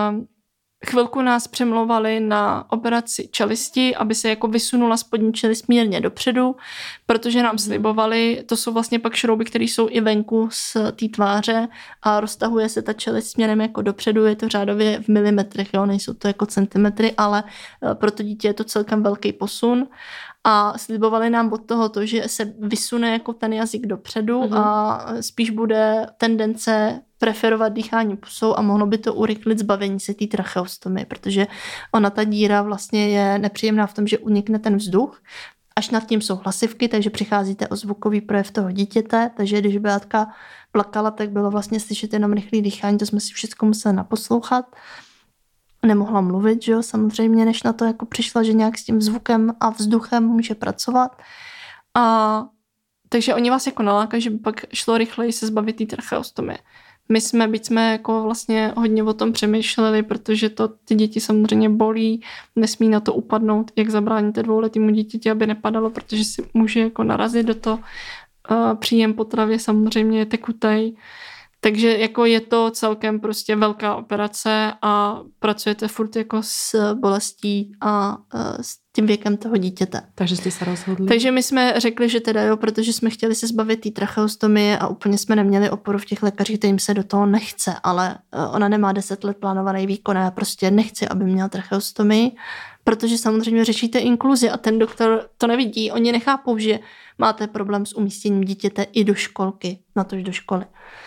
chvilku nás přemlouvali na operaci čelisti, aby se jako vysunula spodní čelist mírně dopředu, protože nám slibovali, to jsou vlastně pak šrouby, které jsou i venku z té tváře a roztahuje se ta čelist směrem jako dopředu, je to řádově v milimetrech, jo? Nejsou to jako centimetry, ale pro to dítě je to celkem velký posun. A slibovali nám od toho to, že se vysune jako ten jazyk dopředu a spíš bude tendence preferovat dýchání pusou a mohlo by to urychlit zbavení se té tracheostomie, protože ona ta díra vlastně je nepříjemná v tom, že unikne ten vzduch Až nad tím jsou hlasivky, takže přicházíte o zvukový projev toho dítěte, takže když Beatka plakala, tak bylo vlastně slyšet jenom rychlý dýchání, to jsme si všechno museli naposlouchat. Nemohla mluvit, že jo, samozřejmě, než na to jako přišla, že nějak s tím zvukem a vzduchem může pracovat. A takže oni vás jako nalákají, že by pak šlo rychleji se zbavit té tracheostomie. Byť jsme jako vlastně hodně o tom přemýšleli, protože to ty děti samozřejmě bolí, nesmí na to upadnout, jak zabráníte 2letému dítěti, aby nepadalo, protože si může jako narazit do toho. Příjem potravy samozřejmě je tekutej. Takže jako je to celkem prostě velká operace a pracujete furt jako s bolestí a s tím věkem toho dítěte. Takže jste se rozhodli? Takže my jsme řekli, že teda jo, protože jsme chtěli se zbavit té tracheostomie a úplně jsme neměli oporu v těch lékařích, kterým se do toho nechce, ale ona nemá 10 let plánovaný výkon a já prostě nechci, aby měla tracheostomii, protože samozřejmě řešíte inkluzi a ten doktor to nevidí. Oni nechápou, že máte problém s umístěním dítěte i do školky, natož do školy.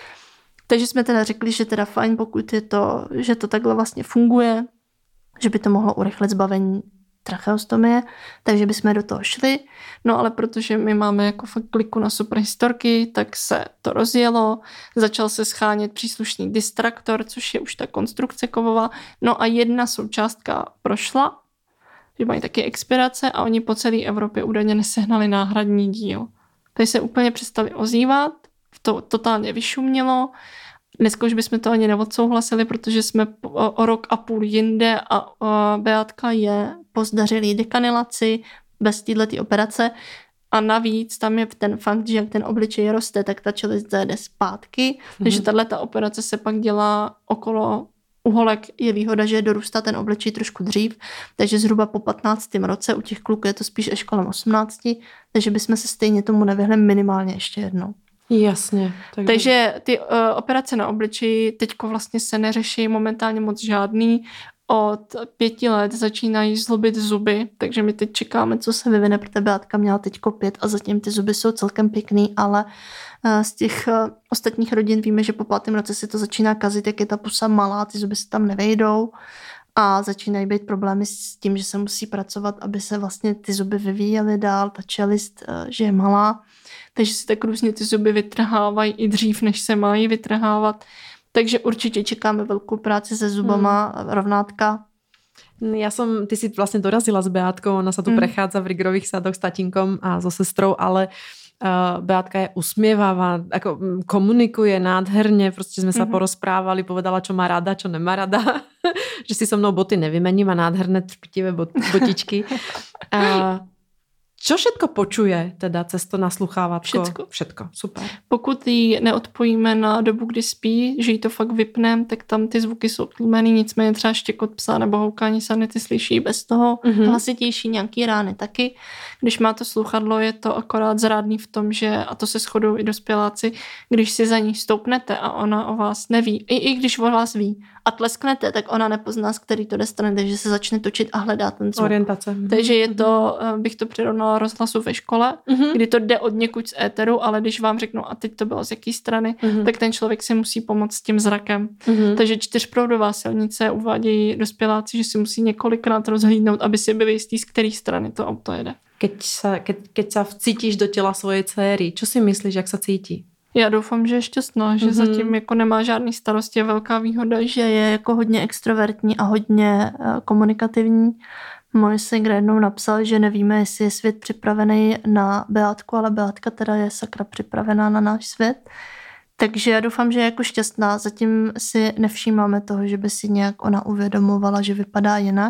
Takže jsme teda řekli, že teda fajn, pokud je to, že to takhle vlastně funguje, že by to mohlo urychlit zbavení tracheostomie, takže bychom do toho šli. No ale protože my máme jako fakt kliku na superhistorky, tak se to rozjelo, začal se schánět příslušný distraktor, což je už ta konstrukce kovová. No a jedna součástka prošla, že mají taky expirace a oni po celé Evropě údajně nesehnali náhradní díl. Takže se úplně přestali ozývat, to totálně vyšumělo. Dneska už bychom to ani neodsouhlasili, protože jsme o rok a půl jinde a Beatka je po zdařilý dekanilaci bez této operace a navíc tam je ten fakt, že jak ten obličej roste, tak ta čelist zajede zpátky, takže tato operace se pak dělá okolo uholek. Je výhoda, že dorůstá ten obličej trošku dřív, takže zhruba po 15. roce, u těch kluků je to spíš až kolem 18, takže bychom se stejně tomu nevyhli minimálně ještě jednou. Jasně. Takže ty operace na obličeji teďko vlastně se neřeší momentálně moc žádný. Od 5 let začínají zlobit zuby, takže my teď čekáme, co se vyvine, protože Beatka měla teďko 5 a zatím ty zuby jsou celkem pěkný, ale z těch ostatních rodin víme, že po 5. roce si to začíná kazit, jak je ta pusa malá, ty zuby se tam nevejdou a začínají být problémy s tím, že se musí pracovat, aby se vlastně ty zuby vyvíjely dál, ta čelist, že je malá. Takže si tak různě ty zuby vytrhávají i dřív, než se mají vytrhávat. Takže určitě čekáme velkou práci se zubama, rovnátka. Ty si vlastne dorazila s Beátkou, ona sa tu prechádza v Rigrových sadoch s tatínkom a so sestrou, ale Beátka je usmievavá, ako komunikuje nádherne, proste sme sa porozprávali, povedala, čo má rada, čo nemá rada, že si so mnou boty nevymení, má nádherné trpitivé botičky. Čo všetko počuje teda cez to nasluchávátko? Všetko, super. Pokud ji neodpojíme na dobu, kdy spí, že ji to fakt vypneme, tak tam ty zvuky jsou tlumený, nicméně třeba štěkot psa nebo houkání sanity slyší bez toho. Hlasitější nějaký rány taky. Když má to sluchadlo, je to akorát zrádný v tom, že, a to se shodují i dospěláci, když si za ní stoupnete a ona o vás neví, i když o vás ví a tlesknete, tak ona nepozná, z který to jde strany, takže se začne točit a hledá ten zvuk. Orientace. Takže je to, bych to přirovnala rozhlasu ve škole, kdy to jde od někud z éteru, ale když vám řeknu, a teď to bylo z jaký strany, tak ten člověk si musí pomoct s tím zrakem. Takže 4proudová silnice uvádějí dospěláci, že si musí několikrát rozhlídnout, aby si byli jistý, z které strany to auto jede. Keď sa vcítíš do těla svojej dcery, čo si myslíš, jak sa cítí? Já doufám, že je šťastná, že zatím jako nemá žádný starosti, je velká výhoda. Že je jako hodně extrovertní a hodně komunikativní. Můj syn jednou napsal, že nevíme, jestli je svět připravený na Beátku, ale Beátka teda je sakra připravená na náš svět. Takže já doufám, že je jako šťastná. Zatím si nevšímáme toho, že by si nějak ona uvědomovala, že vypadá jinak.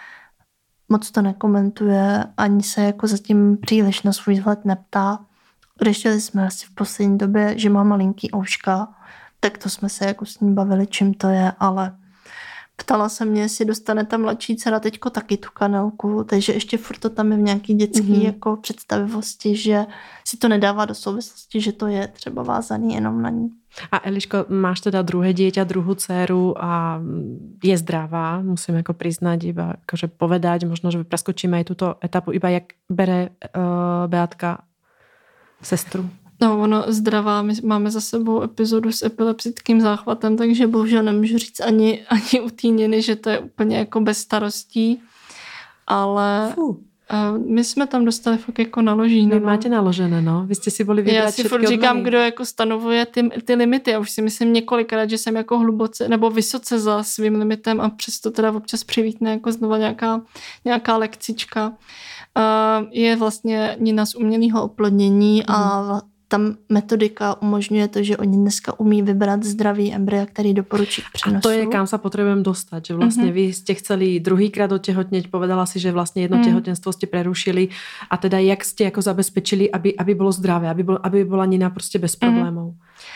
Moc to nekomentuje, ani se jako zatím příliš na svůj vzhled neptá. Řešili jsme asi v poslední době, že má malinký ouška, tak to jsme se jako s ní bavili, čím to je, ale ptala se mě, jestli dostane ta mladší dcera teďko taky tu kanelku, takže ještě furt to tam je v nějaký dětský jako představivosti, že si to nedává do souvislosti, že to je třeba vázaný jenom na ní. A Eliško, máš teda druhé dieťa, druhú dceru a je zdravá, musím jako priznať, iba akože povedať, možno, že preskočíme aj túto etapu, iba jak bere Beátka sestru. No, ono zdravá, my máme za sebou epizodu s epileptickým záchvatem, takže bohužel nemůžu říct ani u té Niny, že to je úplně jako bez starostí, ale My jsme tam dostali fakt jako naložené. Vy máte naložené, no. Vy jste si byli vybrat. Já si furt říkám, kdo jako stanovuje ty limity. Já už si myslím několikrát, že jsem jako hluboce nebo vysoce za svým limitem a přesto teda občas přivítne jako znova nějaká lekcička. Je vlastně Nina z umělého oplodnění a tam metodika umožňuje to, že oni dneska umí vybrat zdravý embryo, který doporučí k přenosu. A to je, kam sa potrebujem dostať, že vlastne vy ste chceli druhýkrát otehotneť, povedala si, že vlastne jedno tehotenstvo ste prerušili a teda jak ste ako zabezpečili, aby bolo zdravé, aby bola Nina prostě bez problémov?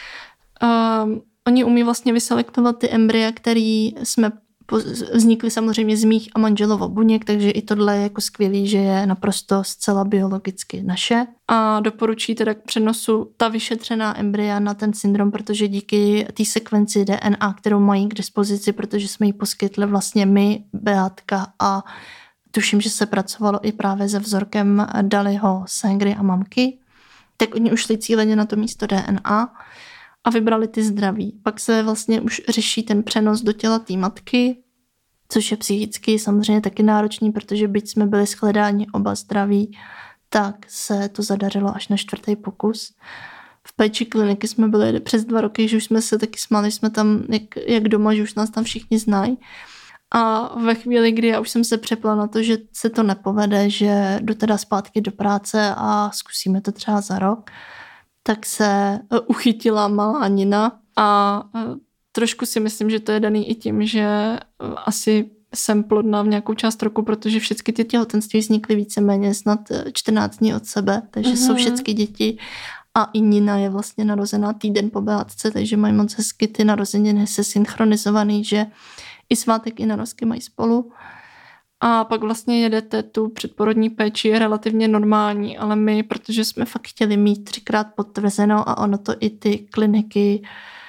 Oni umí vlastně vyselektovat ty embrya, který vznikly samozřejmě z mých a manželovo buněk, takže i tohle je jako skvělý, že je naprosto zcela biologicky naše. A doporučí teda k přenosu ta vyšetřená embrya na ten syndrom, protože díky té sekvenci DNA, kterou mají k dispozici, protože jsme ji poskytli vlastně my, Beátka, a tuším, že se pracovalo i právě se vzorkem Daliho ségry a mamky, tak oni už šli cíleně na to místo DNA a vybrali ty zdraví. Pak se vlastně už řeší ten přenos do těla té matky, což je psychicky samozřejmě taky náročný, protože byť jsme byli shledáni oba zdraví, tak se to zadařilo až na 4. pokus. V péči kliniky jsme byli přes 2 roky, že už jsme se taky smáli, jsme tam jak doma, že už nás tam všichni znají. A ve chvíli, kdy já už jsem se přepla na to, že se to nepovede, že jdu teda zpátky do práce a zkusíme to třeba za rok, tak se uchytila malá Nina a trošku si myslím, že to je daný i tím, že asi jsem plodná v nějakou část roku, protože všechny ty těhotenství vznikly víceméně snad 14 dní od sebe, takže jsou všechny děti a i Nina je vlastně narozená týden po Beátce, takže mají moc hezky ty narozeniny se synchronizovaný, že i svátek, i narozky mají spolu. A pak vlastně jedete tu předporodní péči, je relativně normální, ale my, protože jsme fakt chtěli mít 3krát potvrzeno a ono to i ty kliniky,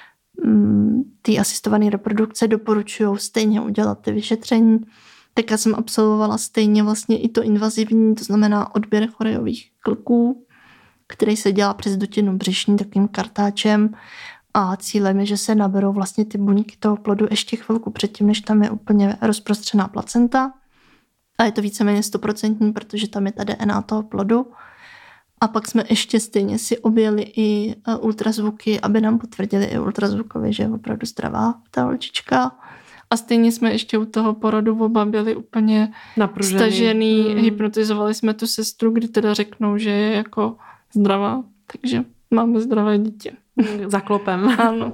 ty asistované reprodukce doporučují stejně udělat ty vyšetření, tak já jsem absolvovala stejně vlastně i to invazivní, to znamená odběr chorejových klků, který se dělá přes dutinu břišní takovým kartáčem a cílem je, že se naberou vlastně ty buňky toho plodu ještě chvilku předtím, než tam je úplně rozprostřená placenta. A je to víceméně 100%, protože tam je ta DNA toho plodu. A pak jsme ještě stejně si objeli i ultrazvuky, aby nám potvrdili i ultrazvukově, že je opravdu zdravá ta holčička. A stejně jsme ještě u toho porodu oba byli úplně stažený. Hypnotizovali jsme tu sestru, kdy teda řeknou, že je jako zdravá. Takže máme zdravé dítě. Za klopem. Áno.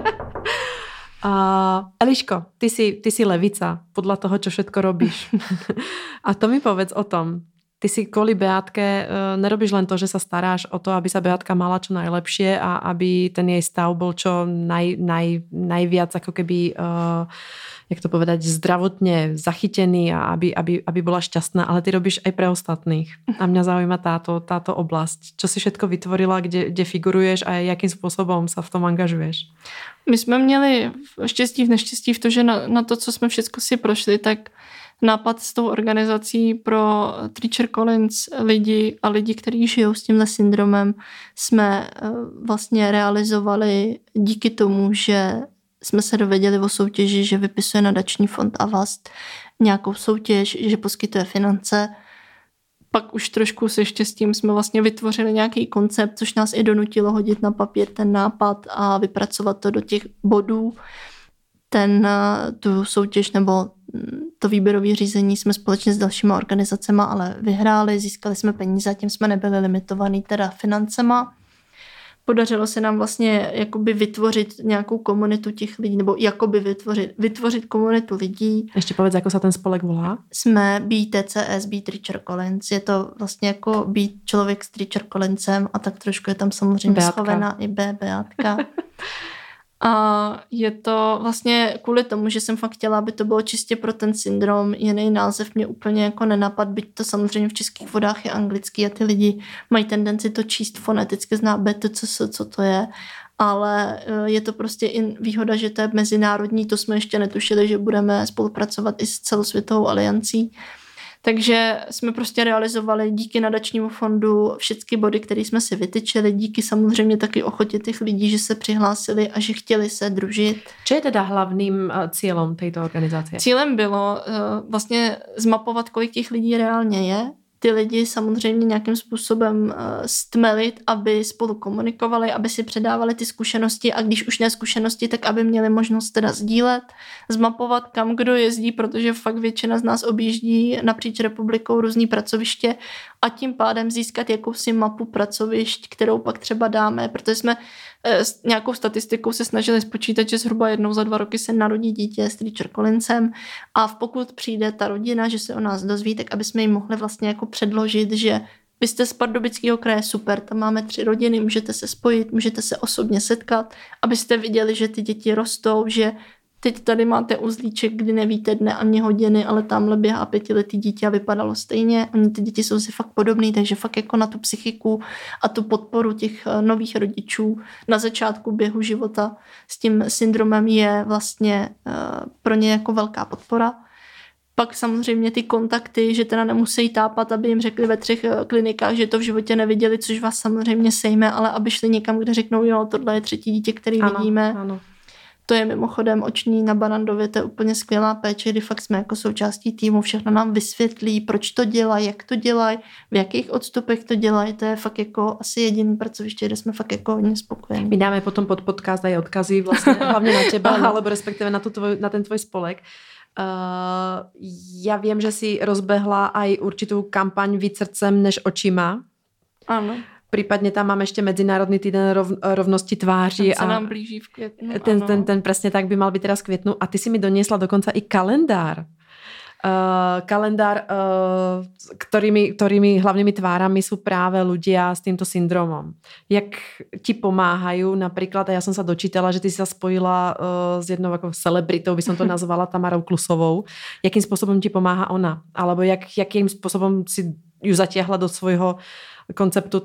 Eliško, ty si levica podľa toho, čo všetko robíš. A to mi povedz o tom. Ty si kvôli Beátke nerobíš len to, že sa staráš o to, aby sa Beátka mala čo najlepšie a aby ten jej stav bol čo najviac ako keby, jak to povedať, zdravotne zachytený a aby bola šťastná, ale ty robíš aj pre ostatných. A mňa zaujíma táto oblasť. Čo si všetko vytvorila, kde figuruješ a jakým spôsobom sa v tom angažuješ? My jsme měli štěstí v neštěstí v to, že na to, co jsme všechno si prošli, tak nápad s tou organizací pro Treacher Collins lidi, kteří žijou s tímhle syndromem, jsme vlastně realizovali díky tomu, že jsme se dověděli o soutěži, že vypisuje nadační fond Avast nějakou soutěž, že poskytuje finance. Pak už trošku se štěstím jsme vlastně vytvořili nějaký koncept, což nás i donutilo hodit na papír ten nápad a vypracovat to do těch bodů. Tu soutěž nebo to výběrové řízení jsme společně s dalšíma organizacemi ale vyhráli, získali jsme peníze a tím jsme nebyli limitovaní teda financema. Podařilo se nám vlastně jakoby vytvořit nějakou komunitu těch lidí, nebo jakoby vytvořit komunitu lidí. Ještě povedz, jako se ten spolek volá? Jsme BTCS, Be Treacher Collins. Je to vlastně jako být člověk s Treacher Collinsem a tak trošku je tam samozřejmě schovená i Beátka. A je to vlastně kvůli tomu, že jsem fakt chtěla, aby to bylo čistě pro ten syndrom. Jiný název mě úplně jako nenapad, byť to samozřejmě v českých vodách je anglický a ty lidi mají tendenci to číst foneticky, zná BTCS, co to je. Ale je to prostě i výhoda, že to je mezinárodní, to jsme ještě netušili, že budeme spolupracovat i s celosvětovou aliancí. Takže jsme prostě realizovali díky nadačnímu fondu všechny body, které jsme si vytyčili, díky samozřejmě taky ochotě těch lidí, že se přihlásili a že chtěli se družit. Čo je teda hlavním cílem této organizace? Cílem bylo vlastně zmapovat, kolik těch lidí reálně je, ty lidi samozřejmě nějakým způsobem stmelit, aby spolu komunikovali, aby si předávali ty zkušenosti a když už ne zkušenosti, tak aby měli možnost teda sdílet, zmapovat, kam kdo jezdí, protože fakt většina z nás objíždí napříč republikou různý pracoviště a tím pádem získat jakousi mapu pracovišť, kterou pak třeba dáme, protože jsme nějakou statistikou se snažili spočítat, že zhruba jednou za 2 roky se narodí dítě s tričerkolincem a pokud přijde ta rodina, že se o nás dozví, tak aby jsme jim mohli vlastně jako předložit, že vy jste z Pardubického kraje, super, tam máme 3 rodiny, můžete se spojit, můžete se osobně setkat, abyste viděli, že ty děti rostou, že teď tady máte uzlíček, kdy nevíte dne ani hodiny, ale tamhle běhá 5letý dítě a vypadalo stejně. Oni ty děti jsou si fakt podobný, takže fakt jako na tu psychiku a tu podporu těch nových rodičů na začátku běhu života s tím syndromem je vlastně pro ně jako velká podpora. Pak samozřejmě ty kontakty, že teda nemusí tápat, aby jim řekli ve 3 klinikách, že to v životě neviděli, což vás samozřejmě sejme, ale aby šli někam, kde řeknou, jo, tohle je 3. dítě, který vidíme. Ano. To je mimochodem oční na Barandově, to je úplně skvělá péče, kdy fakt jsme jako součástí týmu, všechno nám vysvětlí, proč to dělají, jak to dělají, v jakých odstupech to dělají, to je fakt jako asi jediný pracoviště, kde jsme fakt jako hodně spokojení. My dáme potom pod podcast aj odkazy vlastně, hlavně na teba, alebo respektive na ten tvoj spolek. Ja viem, že si rozbehla aj určitú kampaň Víc srdcem než očima. Ano. Prípadne tam máme ešte Medzinárodný týden rovnosti tváří. Ten sa nám blíží v květnu. Ten presne tak by mal byť teraz v květnu. A ty si mi doniesla dokonca i kalendár. Ktorými hlavnými tvárami sú práve ľudia s týmto syndromom. Jak ti pomáhajú napríklad, a ja som sa dočítala, že ty si sa spojila s jednou ako celebritou, by som to nazvala, Tamarou Klusovou. Jakým spôsobom ti pomáha ona? Alebo jakým spôsobom si ju zatiahla do svojho konceptu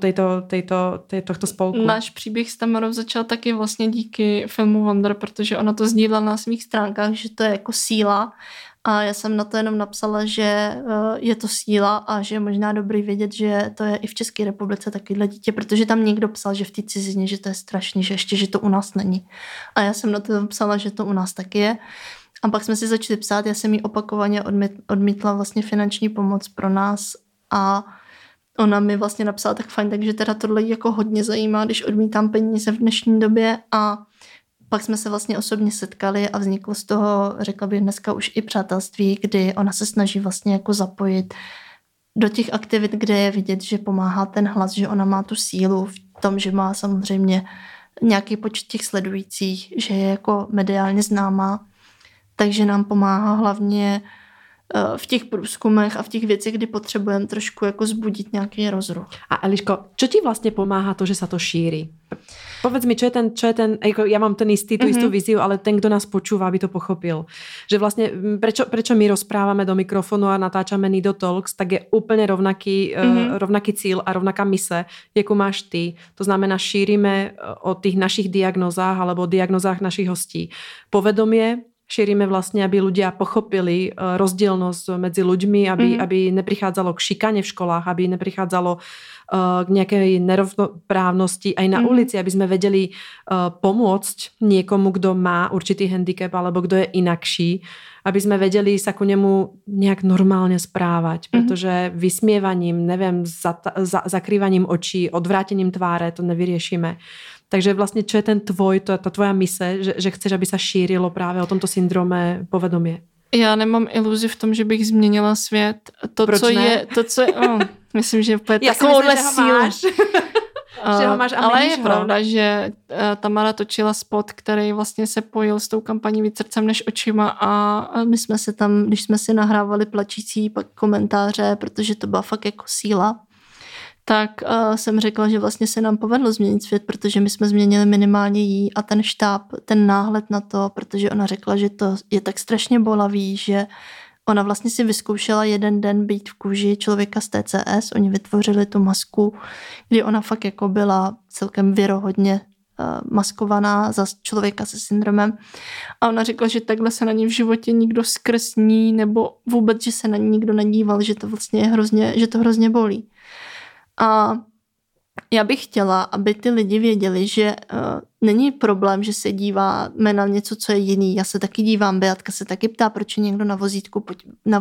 tohto spolku? Náš příběh s Tamarou začal taky vlastně díky filmu Wonder, protože ona to sdílela na svých stránkách, že to je jako síla. A já jsem na to jenom napsala, že je to síla a že je možná dobrý vědět, že to je i v České republice takovýhle dítě, protože tam někdo psal, že v té cizině, že to je strašný, že ještě, že to u nás není. A já jsem na to psala, že to u nás taky je. A pak jsme si začali psát, já jsem jí opakovaně odmítla vlastně finanční pomoc pro nás a ona mi vlastně napsala tak fajn, takže teda tohle jako hodně zajímá, když odmítám peníze v dnešní době a pak jsme se vlastně osobně setkali a vzniklo z toho, řekla bych dneska už i přátelství, kdy ona se snaží vlastně jako zapojit do těch aktivit, kde je vidět, že pomáhá ten hlas, že ona má tu sílu v tom, že má samozřejmě nějaký počet těch sledujících, že je jako mediálně známá, takže nám pomáhá hlavně v těch průzkumech a v těch věcech, kdy potřebujeme trošku jako zbudit nějaký rozruch. A Eliško, čo ti vlastne pomáha to, že sa to šíri? Povedz mi, čo je ten ako ja mám tú istú víziu, ale ten, kto nás počúva, aby to pochopil. Že vlastne, prečo my rozprávame do mikrofónu a natáčame Nido Talks, tak je úplne rovnaký cíl a rovnaká mise, jakú máš ty. To znamená, šírime o tých našich diagnózách alebo o diagnózách našich hostí povedomie, šírime vlastne, aby ľudia pochopili rozdielnosť medzi ľuďmi, aby neprichádzalo k šikane v školách, aby neprichádzalo k nejakej nerovnoprávnosti aj na ulici, aby sme vedeli pomôcť niekomu, kto má určitý handicap alebo kto je inakší, aby sme vedeli sa ku nemu nejak normálne správať, pretože vysmievaním, neviem, zakrývaním očí, odvrátením tváre to nevyriešime. Takže vlastne, čo je tá tvoja mise, že chceš, aby sa šírilo práve o tomto syndrome povedomie? Já nemám iluzi v tom, že bych změnila svět. Myslím, že úplně takovouhle sílu. Že ho máš, ale je pravda, že Tamara točila spot, který vlastně se pojil s tou kampaní Víc srdcem než očima a my jsme se tam, když jsme si nahrávali plačící pak komentáře, protože to byla fakt jako síla, tak jsem řekla, že vlastně se nám povedlo změnit svět, protože my jsme změnili minimálně jí a ten štáb, ten náhled na to, protože ona řekla, že to je tak strašně bolavý, že ona vlastně si vyzkoušela jeden den být v kůži člověka z TCS, oni vytvořili tu masku, kdy ona fakt jako byla celkem věrohodně maskovaná za člověka se syndromem a ona řekla, že takhle se na ní v životě nikdo skrz ní nebo vůbec, že se na ní nikdo nedíval, že to vlastně je hrozně, že to hrozně bolí. A Já bych chtěla, aby ty lidi věděli, že není problém, že se díváme na něco, co je jiný. Já se taky dívám, Beatka se taky ptá, proč je někdo na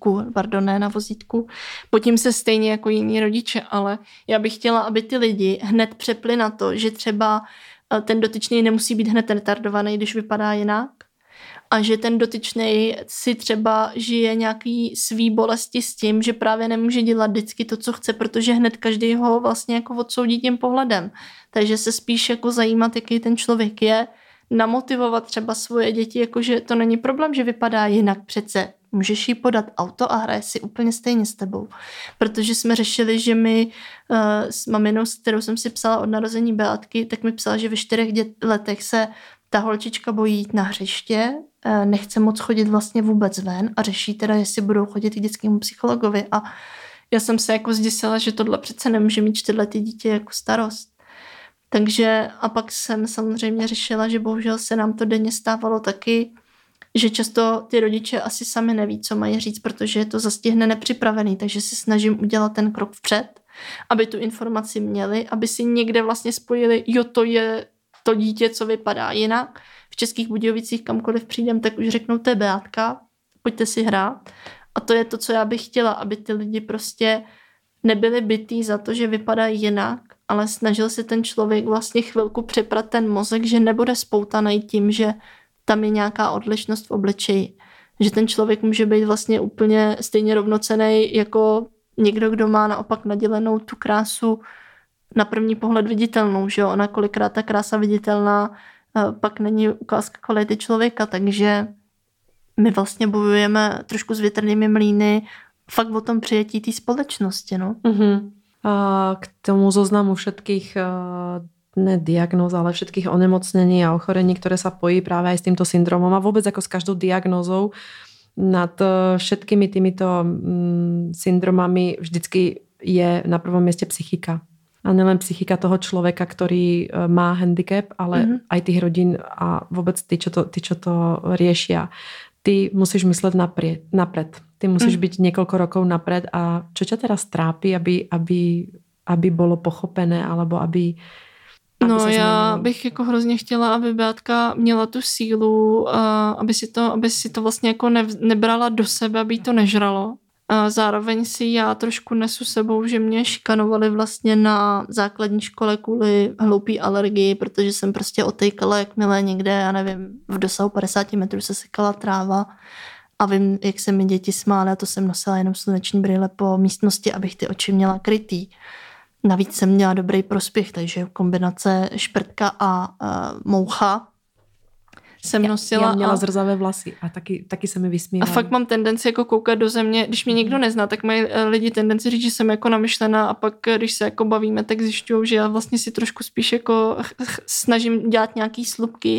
vozítku. Pod tím se stejně jako jiní rodiče, ale já bych chtěla, aby ty lidi hned přepli na to, že třeba ten dotyčný nemusí být hned retardovaný, když vypadá jinak. A že ten dotyčnej si třeba žije nějaký svý bolesti s tím, že právě nemůže dělat vždycky to, co chce, protože hned každý ho vlastně jako odsoudí tím pohledem. Takže se spíš jako zajímat, jaký ten člověk je, namotivovat třeba svoje děti, jakože to není problém, že vypadá jinak přece. Můžeš jí podat auto a hraje si úplně stejně s tebou. Protože jsme řešili, že my s maminou, s kterou jsem si psala od narození Beatky, tak mi psala, že ve 4 letech se ta holčička bojí jít na hřiště, nechce moc chodit vlastně vůbec ven a řeší teda, jestli budou chodit k dětskému psychologovi. A já jsem se jako zděsila, že tohle přece nemůže mít 4letý dítě jako starost. Takže a pak jsem samozřejmě řešila, že bohužel se nám to denně stávalo taky, že často ty rodiče asi sami neví, co mají říct, protože je to zastihne nepřipravený, takže si snažím udělat ten krok vpřed, aby tu informaci měli, aby si někde vlastně spojili, jo, to je to dítě, co vypadá jinak. V Českých Budějovicích kamkoliv přijdem, tak už řeknou, to je Beatka, pojďte si hrát. A to je to, co já bych chtěla, aby ty lidi prostě nebyli bitý za to, že vypadají jinak, ale snažil se ten člověk vlastně chvilku přeprat ten mozek, že nebude spoutaný tím, že tam je nějaká odlišnost v obličeji. Že ten člověk může být vlastně úplně stejně rovnocenný jako někdo, kdo má naopak nadělenou tu krásu na první pohled viditelnou, že jo? Ona kolikrát ta krása viditelná pak není ukázka kvality člověka, takže my vlastně bojujeme trošku s větrnými mlýny fakt o tom přijetí té společnosti, no. Mm-hmm. K tomu zoznamu všetkých ne diagnóz, ale všetkých onemocnení a ochorení, ktoré sa pojí práve aj s týmto syndromom a vôbec ako s každou diagnózou nad všetkými týmito syndromami vždycky je na prvom mieste psychika. A nielen psychika toho človeka, ktorý má handicap, ale aj tých rodín a vôbec tí, čo to riešia. Ty musíš myslet napred. Ty musíš byť niekoľko rokov napred a čo ťa teraz trápi, aby bolo pochopené, alebo aby no já bych jako hrozně chtěla, aby Beatka měla tu sílu, aby si to vlastně jako nebrala do sebe, aby jí to nežralo. A zároveň si já trošku nesu sebou, že mě šikanovali vlastně na základní škole kvůli hloupý alergii, protože jsem prostě otejkala, jakmile někde, já nevím, v dosahu 50 metrů se sekala tráva a vím, jak se mi děti smály a to jsem nosila jenom sluneční brýle po místnosti, abych ty oči měla krytý. Navíc jsem měla dobrý prospěch, takže kombinace šprtka a moucha jsem nosila. Já měla zrzavé vlasy a taky se mi vysmívala. A fakt mám tendenci jako koukat do země, když mě někdo nezná, tak mají lidi tendenci říct, že jsem jako namyšlená a pak, když se jako bavíme, tak zjišťují, že já vlastně si trošku spíš jako snažím dělat nějaký slupky.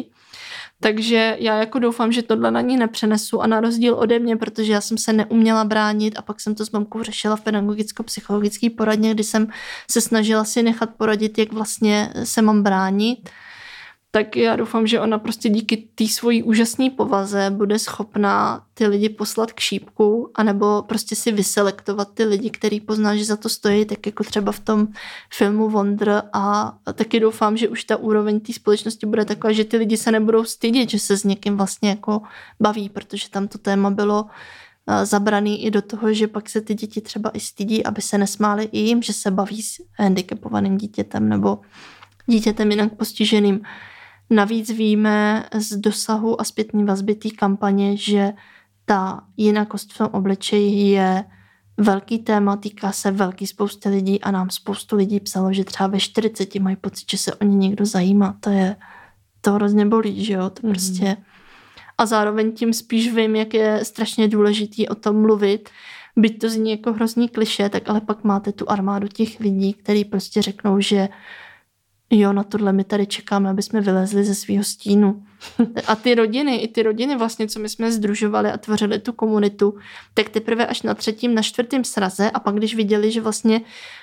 Takže já jako doufám, že tohle na ní nepřenesu a na rozdíl ode mě, protože já jsem se neuměla bránit a pak jsem to s mamkou řešila v pedagogicko-psychologické poradně, kdy jsem se snažila si nechat poradit, jak vlastně se mám bránit. Tak já doufám, že ona prostě díky té svojí úžasné povaze bude schopná ty lidi poslat k šípku anebo prostě si vyselektovat ty lidi, který pozná, že za to stojí, tak jako třeba v tom filmu Wonder a taky doufám, že už ta úroveň té společnosti bude taková, že ty lidi se nebudou stydět, že se s někým vlastně jako baví, protože tam to téma bylo zabraný i do toho, že pak se ty děti třeba i stydí, aby se nesmály i jim, že se baví s handicapovaným dítětem nebo dítětem jinak postiženým. Navíc víme z dosahu a zpětné vazby té kampaně, že ta jinakost v tom obličeji je velký téma, týká se velký spousty lidí a nám spoustu lidí psalo, že třeba ve 40 mají pocit, že se o ně někdo zajímá. To hrozně bolí, že jo? To prostě. A zároveň tím spíš vím, jak je strašně důležitý o tom mluvit. Byť to zní jako hrozný klišé, tak ale pak máte tu armádu těch lidí, kteří prostě řeknou, že jo, na tohle my tady čekáme, aby jsme vylezli ze svého stínu. A ty rodiny vlastně, co my jsme sdružovali a tvořili tu komunitu, tak teprve až na 3., na 4. sraze a pak když viděli, že vlastně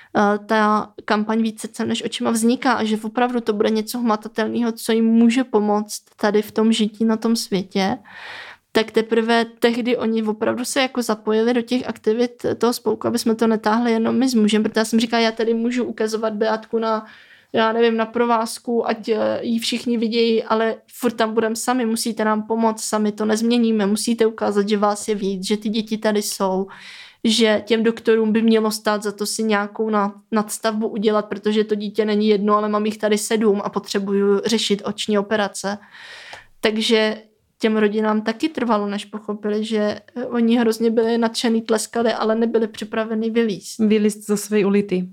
ta kampaň více cen než očima vzniká a že opravdu to bude něco hmatatelného, co jim může pomoct tady v tom žití na tom světě, tak teprve tehdy oni opravdu se jako zapojili do těch aktivit toho spolku, aby jsme to netáhli jenom my s mužem, protože já jsem říkala, já tady můžu ukazovat Beatku na provázku, ať ji všichni vidějí, ale furt tam budeme sami, musíte nám pomoct, sami to nezměníme, musíte ukázat, že vás je víc, že ty děti tady jsou, že těm doktorům by mělo stát za to si nějakou nadstavbu udělat, protože to dítě není jedno, ale mám jich tady 7 a potřebuju řešit oční operace. Takže těm rodinám taky trvalo, než pochopili, že oni hrozně byli nadšený, tleskali, ale nebyli připraveni vylízt. Vylízt zo svojej ulity.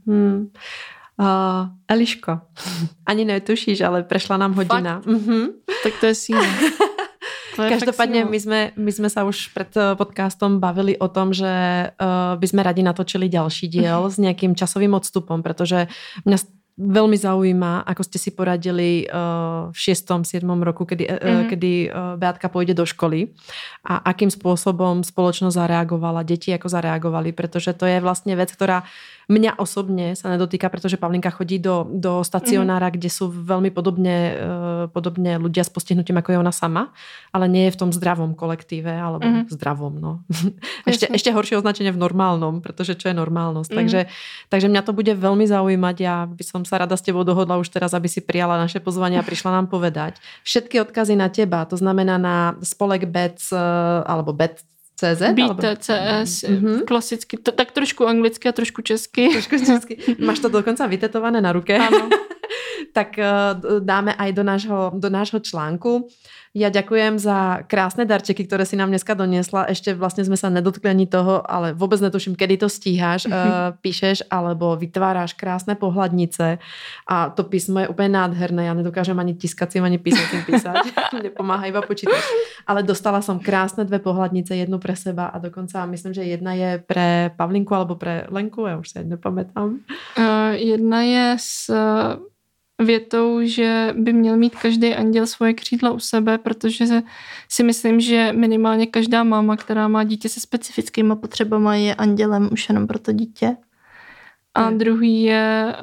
Eliško, ani netušíš, ale prešla nám hodina. Tak to je síla. Každopádne my sme sa už pred podcastom bavili o tom, že by sme radi natočili ďalší diel s nejakým časovým odstupom, pretože mňa veľmi zaujíma, ako ste si poradili v 6. 7. roku, kedy Beatka pôjde do školy a akým spôsobom spoločnosť zareagovala, deti ako zareagovali, pretože to je vlastne vec, ktorá mňa osobne sa nedotýka, pretože Pavlinka chodí do stacionára, kde sú veľmi podobne ľudia s postihnutím, ako je ona sama, ale nie je v tom zdravom kolektíve, alebo v zdravom, no. Ešte horšie označenie v normálnom, pretože čo je normálnosť. Takže mňa to bude veľmi zaujímať. Ja by som sa rada s tebou dohodla už teraz, aby si prijala naše pozvanie a prišla nám povedať. Všetky odkazy na teba, to znamená na spolek BEC alebo BEC CZ? BTCS, klasicky, tak trošku anglicky a trošku česky. Máš to dokonca vytetované na ruke? Áno. Tak dáme aj do nášho článku. Ja ďakujem za krásne darčeky, ktoré si nám dneska doniesla. Ešte vlastne sme sa nedotkli ani toho, ale vôbec netuším, kedy to stíhaš. Píšeš alebo vytváraš krásne pohľadnice a to písmo je úplne nádherné. Ja nedokážem ani tiskacím, ani písacím písať. Mne pomáha iba počítať. Ale dostala som krásne 2 pohľadnice, jednu pre seba a dokonca myslím, že jedna je pre Pavlinku alebo pre Lenku, ja už sa nepamätám. Jedna je s větou, že by měl mít každý anděl svoje křídla u sebe, protože si myslím, že minimálně každá máma, která má dítě se specifickými potřebami, je andělem už jenom pro to dítě. A druhý je...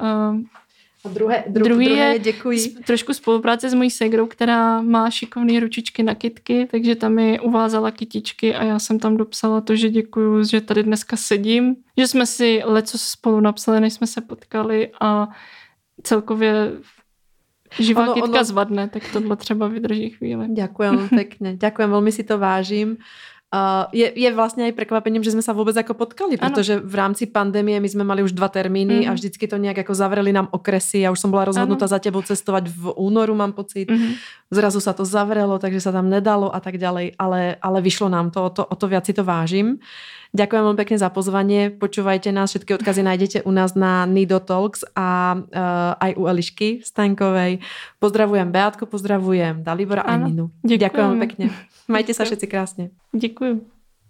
druhý je děkuji. Trošku spolupráce s mojí ségrou, která má šikovné ručičky na kytky, takže tam mi uvázala kytičky a já jsem tam dopsala to, že děkuju, že tady dneska sedím, že jsme si leco spolu napsali, než jsme se potkali a celkově živá kytka zvadne, tak tohle třeba vydrží chvíli. Ďakujem pekne. Ďakujem, veľmi si to vážim. Je vlastne aj prekvapením, že sme sa vôbec ako potkali, pretože v rámci pandémie my sme mali už 2 termíny a vždycky to nejak ako zavreli nám okresy. Ja už som bola rozhodnutá za tebou cestovať v únoru, mám pocit. Zrazu sa to zavrelo, takže sa tam nedalo a tak ďalej, ale vyšlo nám to, o to viac si to vážim. Ďakujem veľmi pekne za pozvanie. Počúvajte nás, všetky odkazy nájdete u nás na Nido Talks a aj u Elišky Staňkovej. Pozdravujem Beátku, pozdravujem Dalibora a Ninu. Ďakujem pekne. Majte sa všetci krásne. Děkuju.